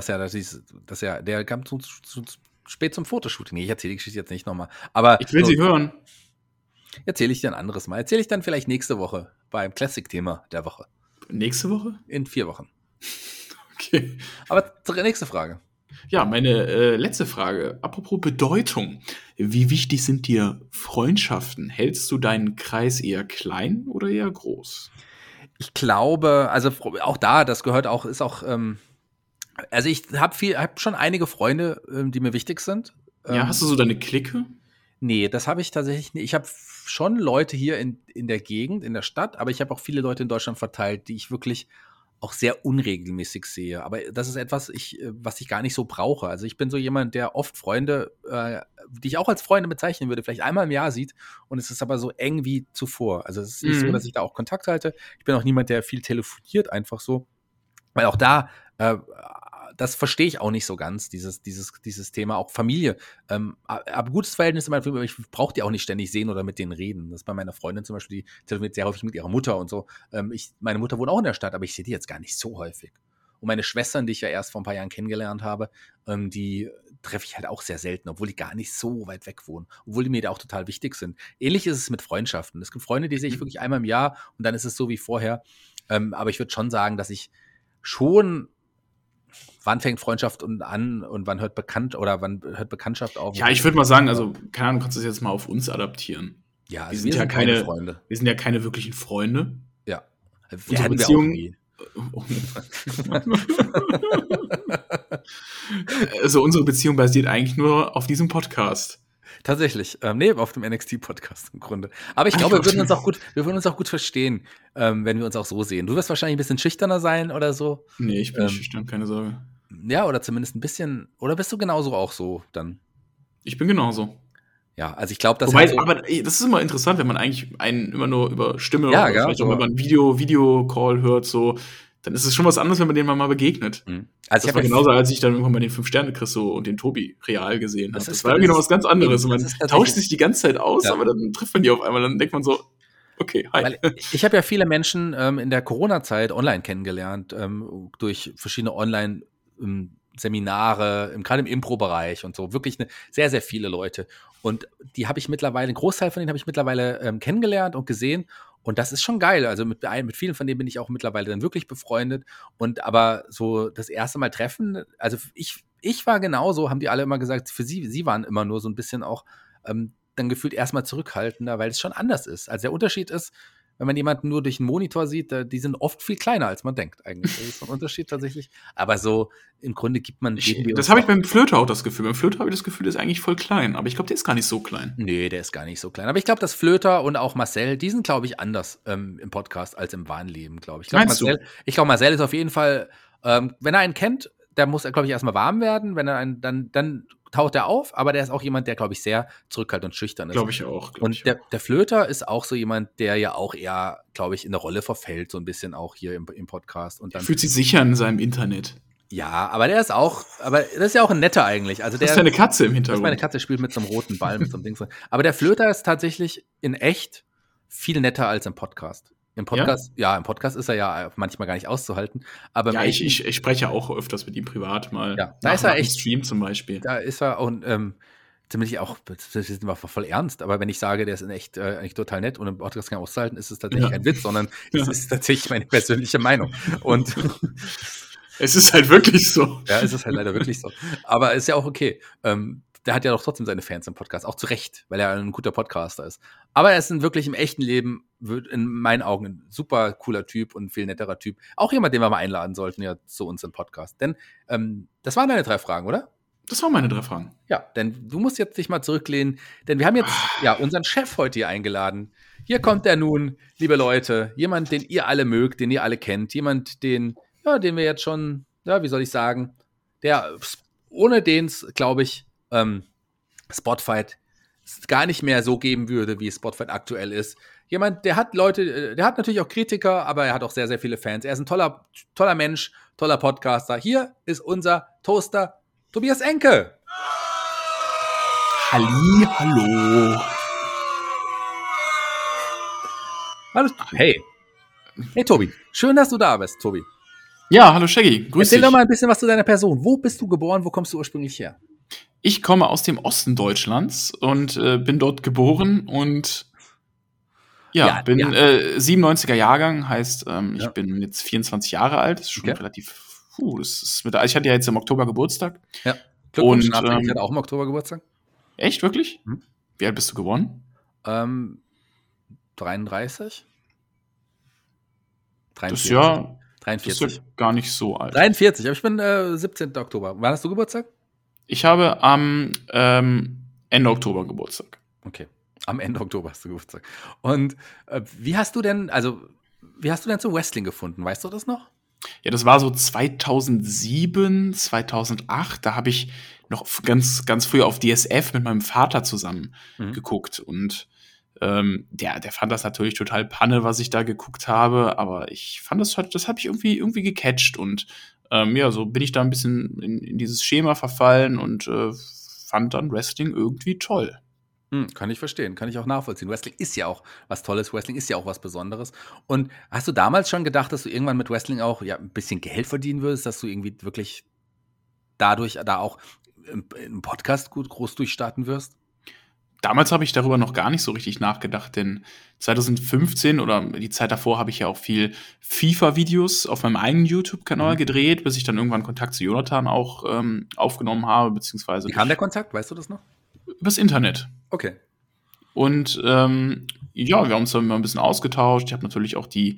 der kam zu spät zum Fotoshooting. Nee, ich erzähle die Geschichte jetzt nicht nochmal. Aber ich will sie hören. Erzähle ich dir ein anderes Mal. Erzähle ich dann vielleicht nächste Woche beim Classic-Thema der Woche. Nächste Woche? In 4 Wochen. Okay. Aber zur nächste Frage. Ja, meine letzte Frage. Apropos Bedeutung. Wie wichtig sind dir Freundschaften? Hältst du deinen Kreis eher klein oder eher groß? Ich glaube, also auch da, das gehört auch, ist auch, also ich habe schon einige Freunde, die mir wichtig sind. Ja, hast du so deine Clique? Nee, das habe ich tatsächlich nicht. Ich habe schon Leute hier in der Gegend, in der Stadt, aber ich habe auch viele Leute in Deutschland verteilt, die ich wirklich auch sehr unregelmäßig sehe. Aber das ist etwas, was ich gar nicht so brauche. Also ich bin so jemand, der oft Freunde, die ich auch als Freunde bezeichnen würde, vielleicht einmal im Jahr sieht und es ist aber so eng wie zuvor. Also es ist nicht so, dass ich da auch Kontakt halte. Ich bin auch niemand, der viel telefoniert, einfach so. Weil auch da, das verstehe ich auch nicht so ganz, dieses Thema, auch Familie. Aber gutes Verhältnis in meiner Familie, ich brauche die auch nicht ständig sehen oder mit denen reden. Das ist bei meiner Freundin zum Beispiel, die telefoniert sehr häufig mit ihrer Mutter und so. Meine Mutter wohnt auch in der Stadt, aber ich sehe die jetzt gar nicht so häufig. Und meine Schwestern, die ich ja erst vor ein paar Jahren kennengelernt habe, die treffe ich halt auch sehr selten, obwohl die gar nicht so weit weg wohnen, obwohl die mir da auch total wichtig sind. Ähnlich ist es mit Freundschaften. Es gibt Freunde, die sehe ich wirklich einmal im Jahr und dann ist es so wie vorher. Aber ich würde schon sagen, dass ich schon, wann fängt Freundschaft an und wann hört Bekanntschaft auf? Ja, ich würde mal sagen, also, keine Ahnung, du kannst das jetzt mal auf uns adaptieren. Ja, also wir sind ja keine Freunde. Wir sind ja keine wirklichen Freunde. Ja. Unsere Beziehung. Also unsere Beziehung basiert eigentlich nur auf diesem Podcast. Tatsächlich. Nee, auf dem NXT-Podcast im Grunde. Aber ich glaube, wir würden uns auch gut verstehen, wenn wir uns auch so sehen. Du wirst wahrscheinlich ein bisschen schüchterner sein oder so. Nee, ich bin nicht schüchtern, keine Sorge. Ja, oder zumindest ein bisschen. Oder bist du genauso auch so dann? Ich bin genauso. Ja, also ich glaube, das Wobei, hat so, aber das ist immer interessant, wenn man eigentlich einen immer nur über Stimme Ja, oder ja, vielleicht auch so. über einen Videocall hört, so, dann ist es schon was anderes, wenn man denen mal begegnet. Also Das ich war habe genauso, als ich dann irgendwann mal den 5-Sterne-Chris und den Tobi real gesehen habe. Das Das ist- war irgendwie das noch was ganz anderes. eben, Und das man ist tatsächlich- tauscht sich die ganze Zeit aus, Ja. aber dann trifft man die auf einmal, dann denkt man so, okay, hi. Weil ich habe ja viele Menschen in der Corona-Zeit online kennengelernt, durch verschiedene Online-Seminare, gerade im Impro-Bereich und so. Wirklich sehr, sehr viele Leute. Und die habe ich mittlerweile, einen Großteil von denen habe ich mittlerweile kennengelernt und gesehen. Und das ist schon geil. Also mit vielen von denen bin ich auch mittlerweile dann wirklich befreundet. Und aber so das erste Mal treffen, also ich war genauso, haben die alle immer gesagt, für sie waren immer nur so ein bisschen auch dann gefühlt erstmal zurückhaltender, weil es schon anders ist. Also der Unterschied ist, wenn man jemanden nur durch einen Monitor sieht, die sind oft viel kleiner, als man denkt eigentlich. Das ist so ein Unterschied tatsächlich. Aber so im Grunde geben wir Das uns habe ich auch- beim Flöter auch das Gefühl. Beim Flöter habe ich das Gefühl, der ist eigentlich voll klein. Aber ich glaube, der ist gar nicht so klein. Nee, der ist gar nicht so klein. Aber ich glaube, dass Flöter und auch Marcel, die sind, glaube ich, anders im Podcast als im wahren Leben, glaube ich. Meinst du? Ich glaube, Marcel ist auf jeden Fall, wenn er einen kennt, der muss, glaube ich, erstmal warm werden. Wenn er einen, dann taucht er auf. Aber der ist auch jemand, der, glaube ich, sehr zurückhaltend und schüchtern ist. Glaube ich auch. Und der Flöter ist auch so jemand, der ja auch eher, glaube ich, in der Rolle verfällt, so ein bisschen auch hier im Podcast. Und dann, fühlt sich sicher in seinem Internet. ja, aber das ist ja auch ein netter eigentlich. Also Das ist deine Katze im das ist meine Hintergrund. Katze, spielt mit so einem roten Ball, mit so einem Ding. Aber der Flöter ist tatsächlich in echt viel netter als im Podcast. Im Podcast ist er ja manchmal gar nicht auszuhalten. Aber Ja, im ich spreche auch öfters mit ihm privat mal. Ja, da ist er nach dem echt- Stream zum Beispiel. Da ist er und ziemlich auch, das ist immer voll ernst, aber wenn ich sage, der ist in echt eigentlich total nett und im Podcast kann auszuhalten, ist es tatsächlich Ja. kein Witz, sondern es ist tatsächlich meine persönliche Meinung. Und Es ist halt wirklich so. ja, es ist halt leider wirklich so. Aber ist ja auch okay. Der hat ja doch trotzdem seine Fans im Podcast, auch zu Recht, weil er ein guter Podcaster ist. Aber er ist wirklich im echten Leben, in meinen Augen, ein super cooler Typ und ein viel netterer Typ. Auch jemand, den wir mal einladen sollten ja zu uns im Podcast. Denn das waren deine 3 Fragen, oder? Das waren meine 3 Fragen. Ja, denn du musst jetzt dich mal zurücklehnen, denn wir haben jetzt unseren Chef heute hier eingeladen. Hier kommt er nun, liebe Leute, jemand, den ihr alle mögt, den ihr alle kennt, jemand, den wir jetzt schon, wie soll ich sagen, der ohne den es, glaube ich, Spotfight gar nicht mehr so geben würde, wie Spotfight aktuell ist. Jemand, der hat Leute, der hat natürlich auch Kritiker, aber er hat auch sehr, sehr viele Fans. Er ist ein toller Mensch, toller Podcaster. Hier ist unser Toaster Tobias Enke. Hallo. Hallo. Hey. Hey, Tobi. Schön, dass du da bist, Tobi. Ja, hallo Shaggy. Grüß Erzähl dich. doch mal ein bisschen was zu deiner Person. Wo bist du geboren? Wo kommst du ursprünglich her? Ich komme aus dem Osten Deutschlands und bin dort geboren und bin 97er Jahrgang, heißt, ich bin jetzt 24 Jahre alt. Das ist schon relativ, ich hatte ja jetzt im Oktober Geburtstag. Ja. Glückwunsch, Und, nachträglich. Ich hatte auch im Oktober Geburtstag. Echt, wirklich? Mhm. Wie alt bist du geworden? 33? Das ist 43. ja 43. gar nicht so alt. 43, aber ich bin 17. Oktober. Wann hast du Geburtstag? Ich habe am Ende Oktober Geburtstag. Okay. Am Ende Oktober hast du Geburtstag. Und wie hast du denn zum Wrestling gefunden? Weißt du das noch? Ja, das war so 2007, 2008. Da habe ich noch ganz, ganz früh auf DSF mit meinem Vater zusammen geguckt. Und der fand das natürlich total Panne, was ich da geguckt habe. Aber ich fand das habe ich irgendwie gecatcht. Und so bin ich da ein bisschen in dieses Schema verfallen und fand dann Wrestling irgendwie toll. Kann ich verstehen, kann ich auch nachvollziehen. Wrestling ist ja auch was Tolles, Wrestling ist ja auch was Besonderes. Und hast du damals schon gedacht, dass du irgendwann mit Wrestling auch ein bisschen Geld verdienen würdest, dass du irgendwie wirklich dadurch da auch im Podcast groß durchstarten wirst? Damals habe ich darüber noch gar nicht so richtig nachgedacht, denn 2015 oder die Zeit davor habe ich ja auch viel FIFA-Videos auf meinem eigenen YouTube-Kanal gedreht, bis ich dann irgendwann Kontakt zu Jonathan auch aufgenommen habe, beziehungsweise Wie kam der Kontakt? Weißt du das noch? übers Internet. Okay. Und wir haben uns dann mal ein bisschen ausgetauscht. Ich habe natürlich auch die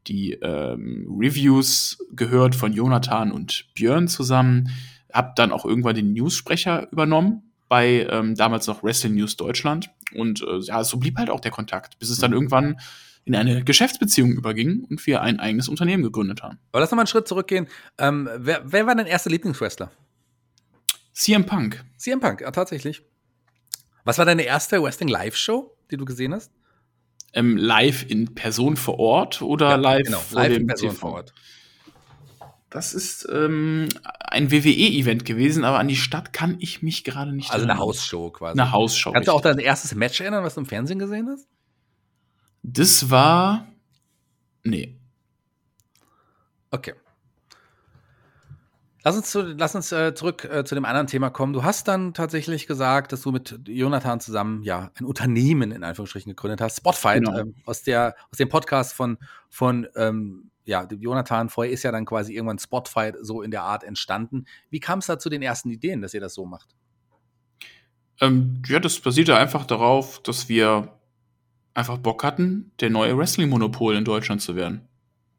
Reviews gehört von Jonathan und Björn zusammen. Hab dann auch irgendwann den Newssprecher übernommen bei damals noch Wrestling News Deutschland. Und ja, so blieb halt auch der Kontakt, bis es dann irgendwann in eine Geschäftsbeziehung überging und wir ein eigenes Unternehmen gegründet haben. Aber lass noch mal einen Schritt zurückgehen. Wer war dein erster Lieblingswrestler? CM Punk. CM Punk, ja, tatsächlich. Was war deine erste Wrestling-Live-Show, die du gesehen hast? Live in Person vor Ort oder live vor live dem in Person TV? vor Ort. Das ist ein WWE-Event gewesen, aber an die Stadt kann ich mich gerade nicht Also eine erinnern. Hausshow quasi. Eine Hausshow. Kannst du auch richtig. dein erstes Match erinnern, was du im Fernsehen gesehen hast? Das war. Nee. Okay. Lass uns zurück zu dem anderen Thema kommen. Du hast dann tatsächlich gesagt, dass du mit Jonathan zusammen ja ein Unternehmen in Anführungsstrichen gegründet hast, Spotfight, Genau. aus dem Podcast von Jonathan. Vorher ist ja dann quasi irgendwann Spotfight so in der Art entstanden. Wie kam es da zu den ersten Ideen, dass ihr das so macht? Ja, das basierte einfach darauf, dass wir einfach Bock hatten, der neue Wrestling-Monopol in Deutschland zu werden.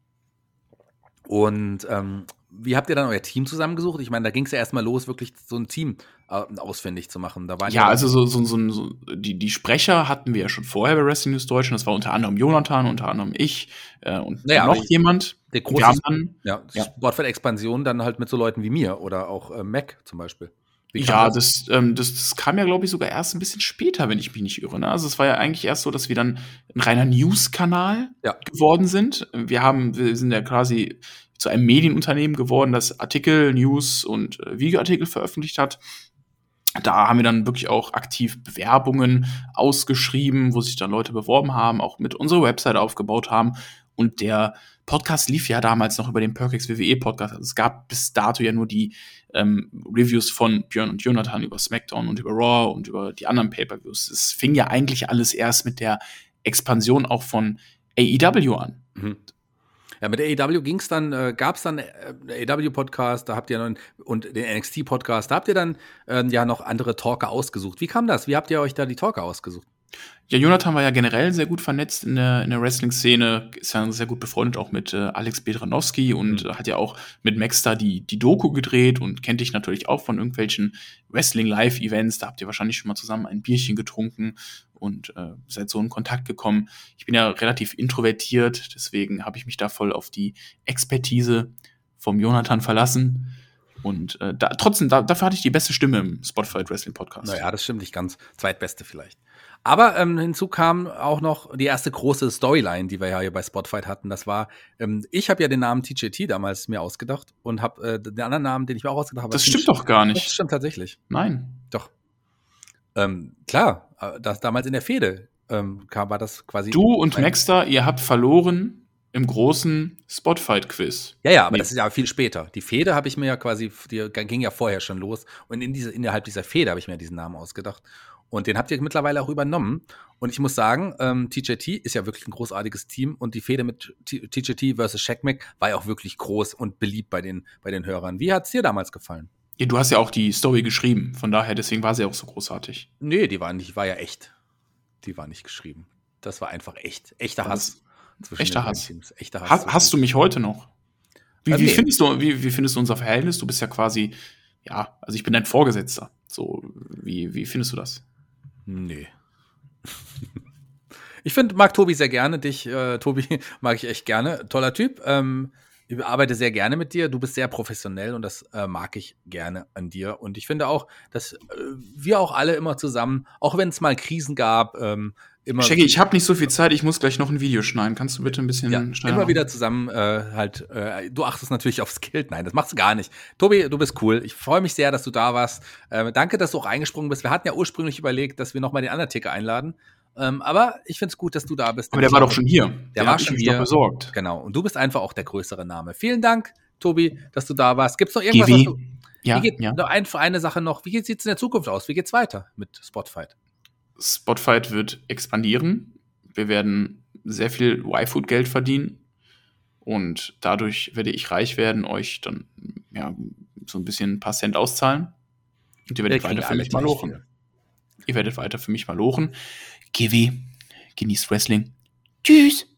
Und wie habt ihr dann euer Team zusammengesucht? Ich meine, da ging es ja erstmal los, wirklich so ein Team ausfindig zu machen. Da waren Ja, also die Sprecher hatten wir ja schon vorher bei Wrestling News Deutschland. Das war unter anderem Jonathan, unter anderem ich und noch jemand. Der Wir haben große dann, Spotfight-Expansion dann halt mit so Leuten wie mir oder auch Mac zum Beispiel. Wie kam ja, das? das kam ja, glaube ich, sogar erst ein bisschen später, wenn ich mich nicht irre. Ne? Also es war ja eigentlich erst so, dass wir dann ein reiner News-Kanal geworden sind. Wir sind ja quasi zu einem Medienunternehmen geworden, das Artikel, News und Videoartikel veröffentlicht hat. Da haben wir dann wirklich auch aktiv Bewerbungen ausgeschrieben, wo sich dann Leute beworben haben, auch mit unserer Website aufgebaut haben. Und der Podcast lief ja damals noch über den Perkix WWE Podcast. Also es gab bis dato ja nur die Reviews von Björn und Jonathan über SmackDown und über Raw und über die anderen Pay-Per-Views. Es fing ja eigentlich alles erst mit der Expansion auch von AEW an. Mhm. Ja, mit AEW ging es dann, gab es dann AEW-Podcast, da habt ihr dann, und den NXT-Podcast, da habt ihr dann ja noch andere Talker ausgesucht. Wie kam das? Wie habt ihr euch da die Talker ausgesucht? Ja, Jonathan war ja generell sehr gut vernetzt in der Wrestling-Szene, ist ja sehr gut befreundet auch mit Alex Bedranowski und hat ja auch mit Max da die Doku gedreht und kennt dich natürlich auch von irgendwelchen Wrestling-Live-Events. Da habt ihr wahrscheinlich schon mal zusammen ein Bierchen getrunken und seid so in Kontakt gekommen. Ich bin ja relativ introvertiert, deswegen habe ich mich da voll auf die Expertise vom Jonathan verlassen. Und dafür hatte ich die beste Stimme im Spotfight Wrestling Podcast. Naja, das stimmt nicht ganz. Zweitbeste vielleicht. Aber hinzu kam auch noch die erste große Storyline, die wir ja hier bei Spotfight hatten. Das war, ich habe ja den Namen TJT damals mir ausgedacht und habe den anderen Namen, den ich mir auch ausgedacht habe. Das stimmt doch gar nicht. Das stimmt tatsächlich. Nein. Doch. Klar, das damals in der Fehde war das quasi. Du und Maxter, ihr habt verloren im großen Spotfight-Quiz. Ja, aber das ist ja viel später. Die Fehde habe ich mir ja quasi, die ging ja vorher schon los. Und innerhalb dieser Fehde habe ich mir diesen Namen ausgedacht. Und den habt ihr mittlerweile auch übernommen. Und ich muss sagen, TJT ist ja wirklich ein großartiges Team. Und die Fehde mit TJT versus Shaq Mac war ja auch wirklich groß und beliebt bei den Hörern. Wie hat es dir damals gefallen? Ja, du hast ja auch die Story geschrieben. Von daher, deswegen war sie auch so großartig. Nee, die war ja echt. Die war nicht geschrieben. Das war einfach echt. Echter Hass. Echter Hass. Echter Hass. Hast du mich heute noch? Wie Nee. findest du unser Verhältnis? Du bist ja quasi, ja, also ich bin dein Vorgesetzter. So, wie findest du das? Nee. Ich mag Tobi sehr gerne. Dich, Tobi, mag ich echt gerne. Toller Typ. Ich arbeite sehr gerne mit dir. Du bist sehr professionell und das mag ich gerne an dir. Und ich finde auch, dass wir auch alle immer zusammen, auch wenn es mal Krisen gab, immer. Shaggy, ich habe nicht so viel Zeit. Ich muss gleich noch ein Video schneiden. Kannst du bitte ein bisschen schneller immer machen? wieder zusammen du achtest natürlich aufs Geld. Nein, das machst du gar nicht. Tobi, du bist cool. Ich freue mich sehr, dass du da warst. Danke, dass du auch eingesprungen bist. Wir hatten ja ursprünglich überlegt, dass wir nochmal den Undertaker einladen. Aber ich finde es gut, dass du da bist. Aber der war doch schon hier. Der war hat schon mich hier. doch besorgt. Genau. Und du bist einfach auch der größere Name. Vielen Dank, Tobi, dass du da warst. Gibt es noch irgendwas, GW. was du... Ja, Wie geht, ja. noch eine Sache noch. Wie sieht es in der Zukunft aus? Wie geht's weiter mit Spotfight? Spotfight wird expandieren. Wir werden sehr viel Y-Food-Geld verdienen. Und dadurch werde ich reich werden, euch dann ja so ein paar Cent auszahlen. Und ihr werdet Wir kriegen weiter für alle mich mal gleich lochen. viel. Ihr werdet weiter für mich mal lochen. GW, genießt Wrestling. Tschüss.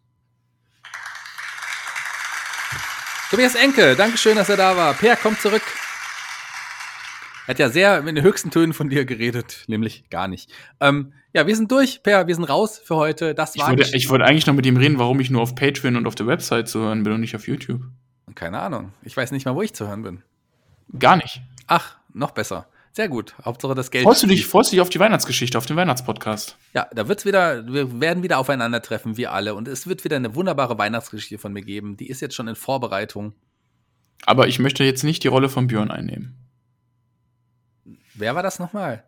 Tobias Enke, Dankeschön, dass er da war. Per, komm zurück. Hat ja sehr in den höchsten Tönen von dir geredet, nämlich gar nicht. Ja, wir sind durch, Per, wir sind raus für heute. Das war Ich wollte eigentlich noch mit ihm reden, warum ich nur auf Patreon und auf der Website zu hören bin und nicht auf YouTube. Keine Ahnung. Ich weiß nicht mal, wo ich zu hören bin. Gar nicht. Ach, noch besser. Sehr gut. Hauptsache das Geld. Freust du dich auf die Weihnachtsgeschichte, auf den Weihnachtspodcast? Ja, wir werden wieder aufeinandertreffen, wir alle. Und es wird wieder eine wunderbare Weihnachtsgeschichte von mir geben. Die ist jetzt schon in Vorbereitung. Aber ich möchte jetzt nicht die Rolle von Björn einnehmen. Wer war das nochmal?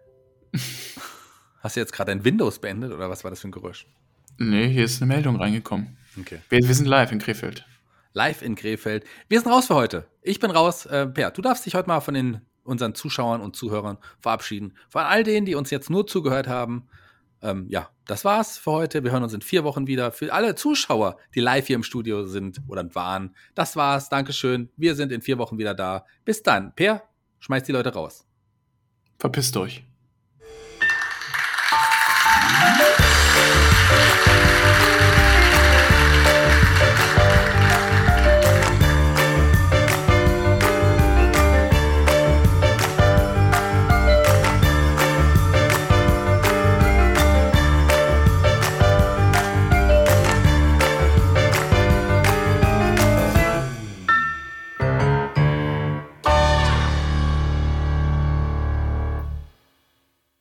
Hast du jetzt gerade ein Windows beendet oder was war das für ein Geräusch? Nee, hier ist eine Meldung reingekommen. Okay. Wir sind live in Krefeld. Live in Krefeld. Wir sind raus für heute. Ich bin raus. Per, du darfst dich heute mal von unseren Zuschauern und Zuhörern verabschieden. Von all denen, die uns jetzt nur zugehört haben. Ja, das war's für heute. Wir hören uns in 4 Wochen wieder. Für alle Zuschauer, die live hier im Studio sind oder waren. Das war's. Dankeschön. Wir sind in 4 Wochen wieder da. Bis dann. Per, schmeiß die Leute raus. Verpisst euch.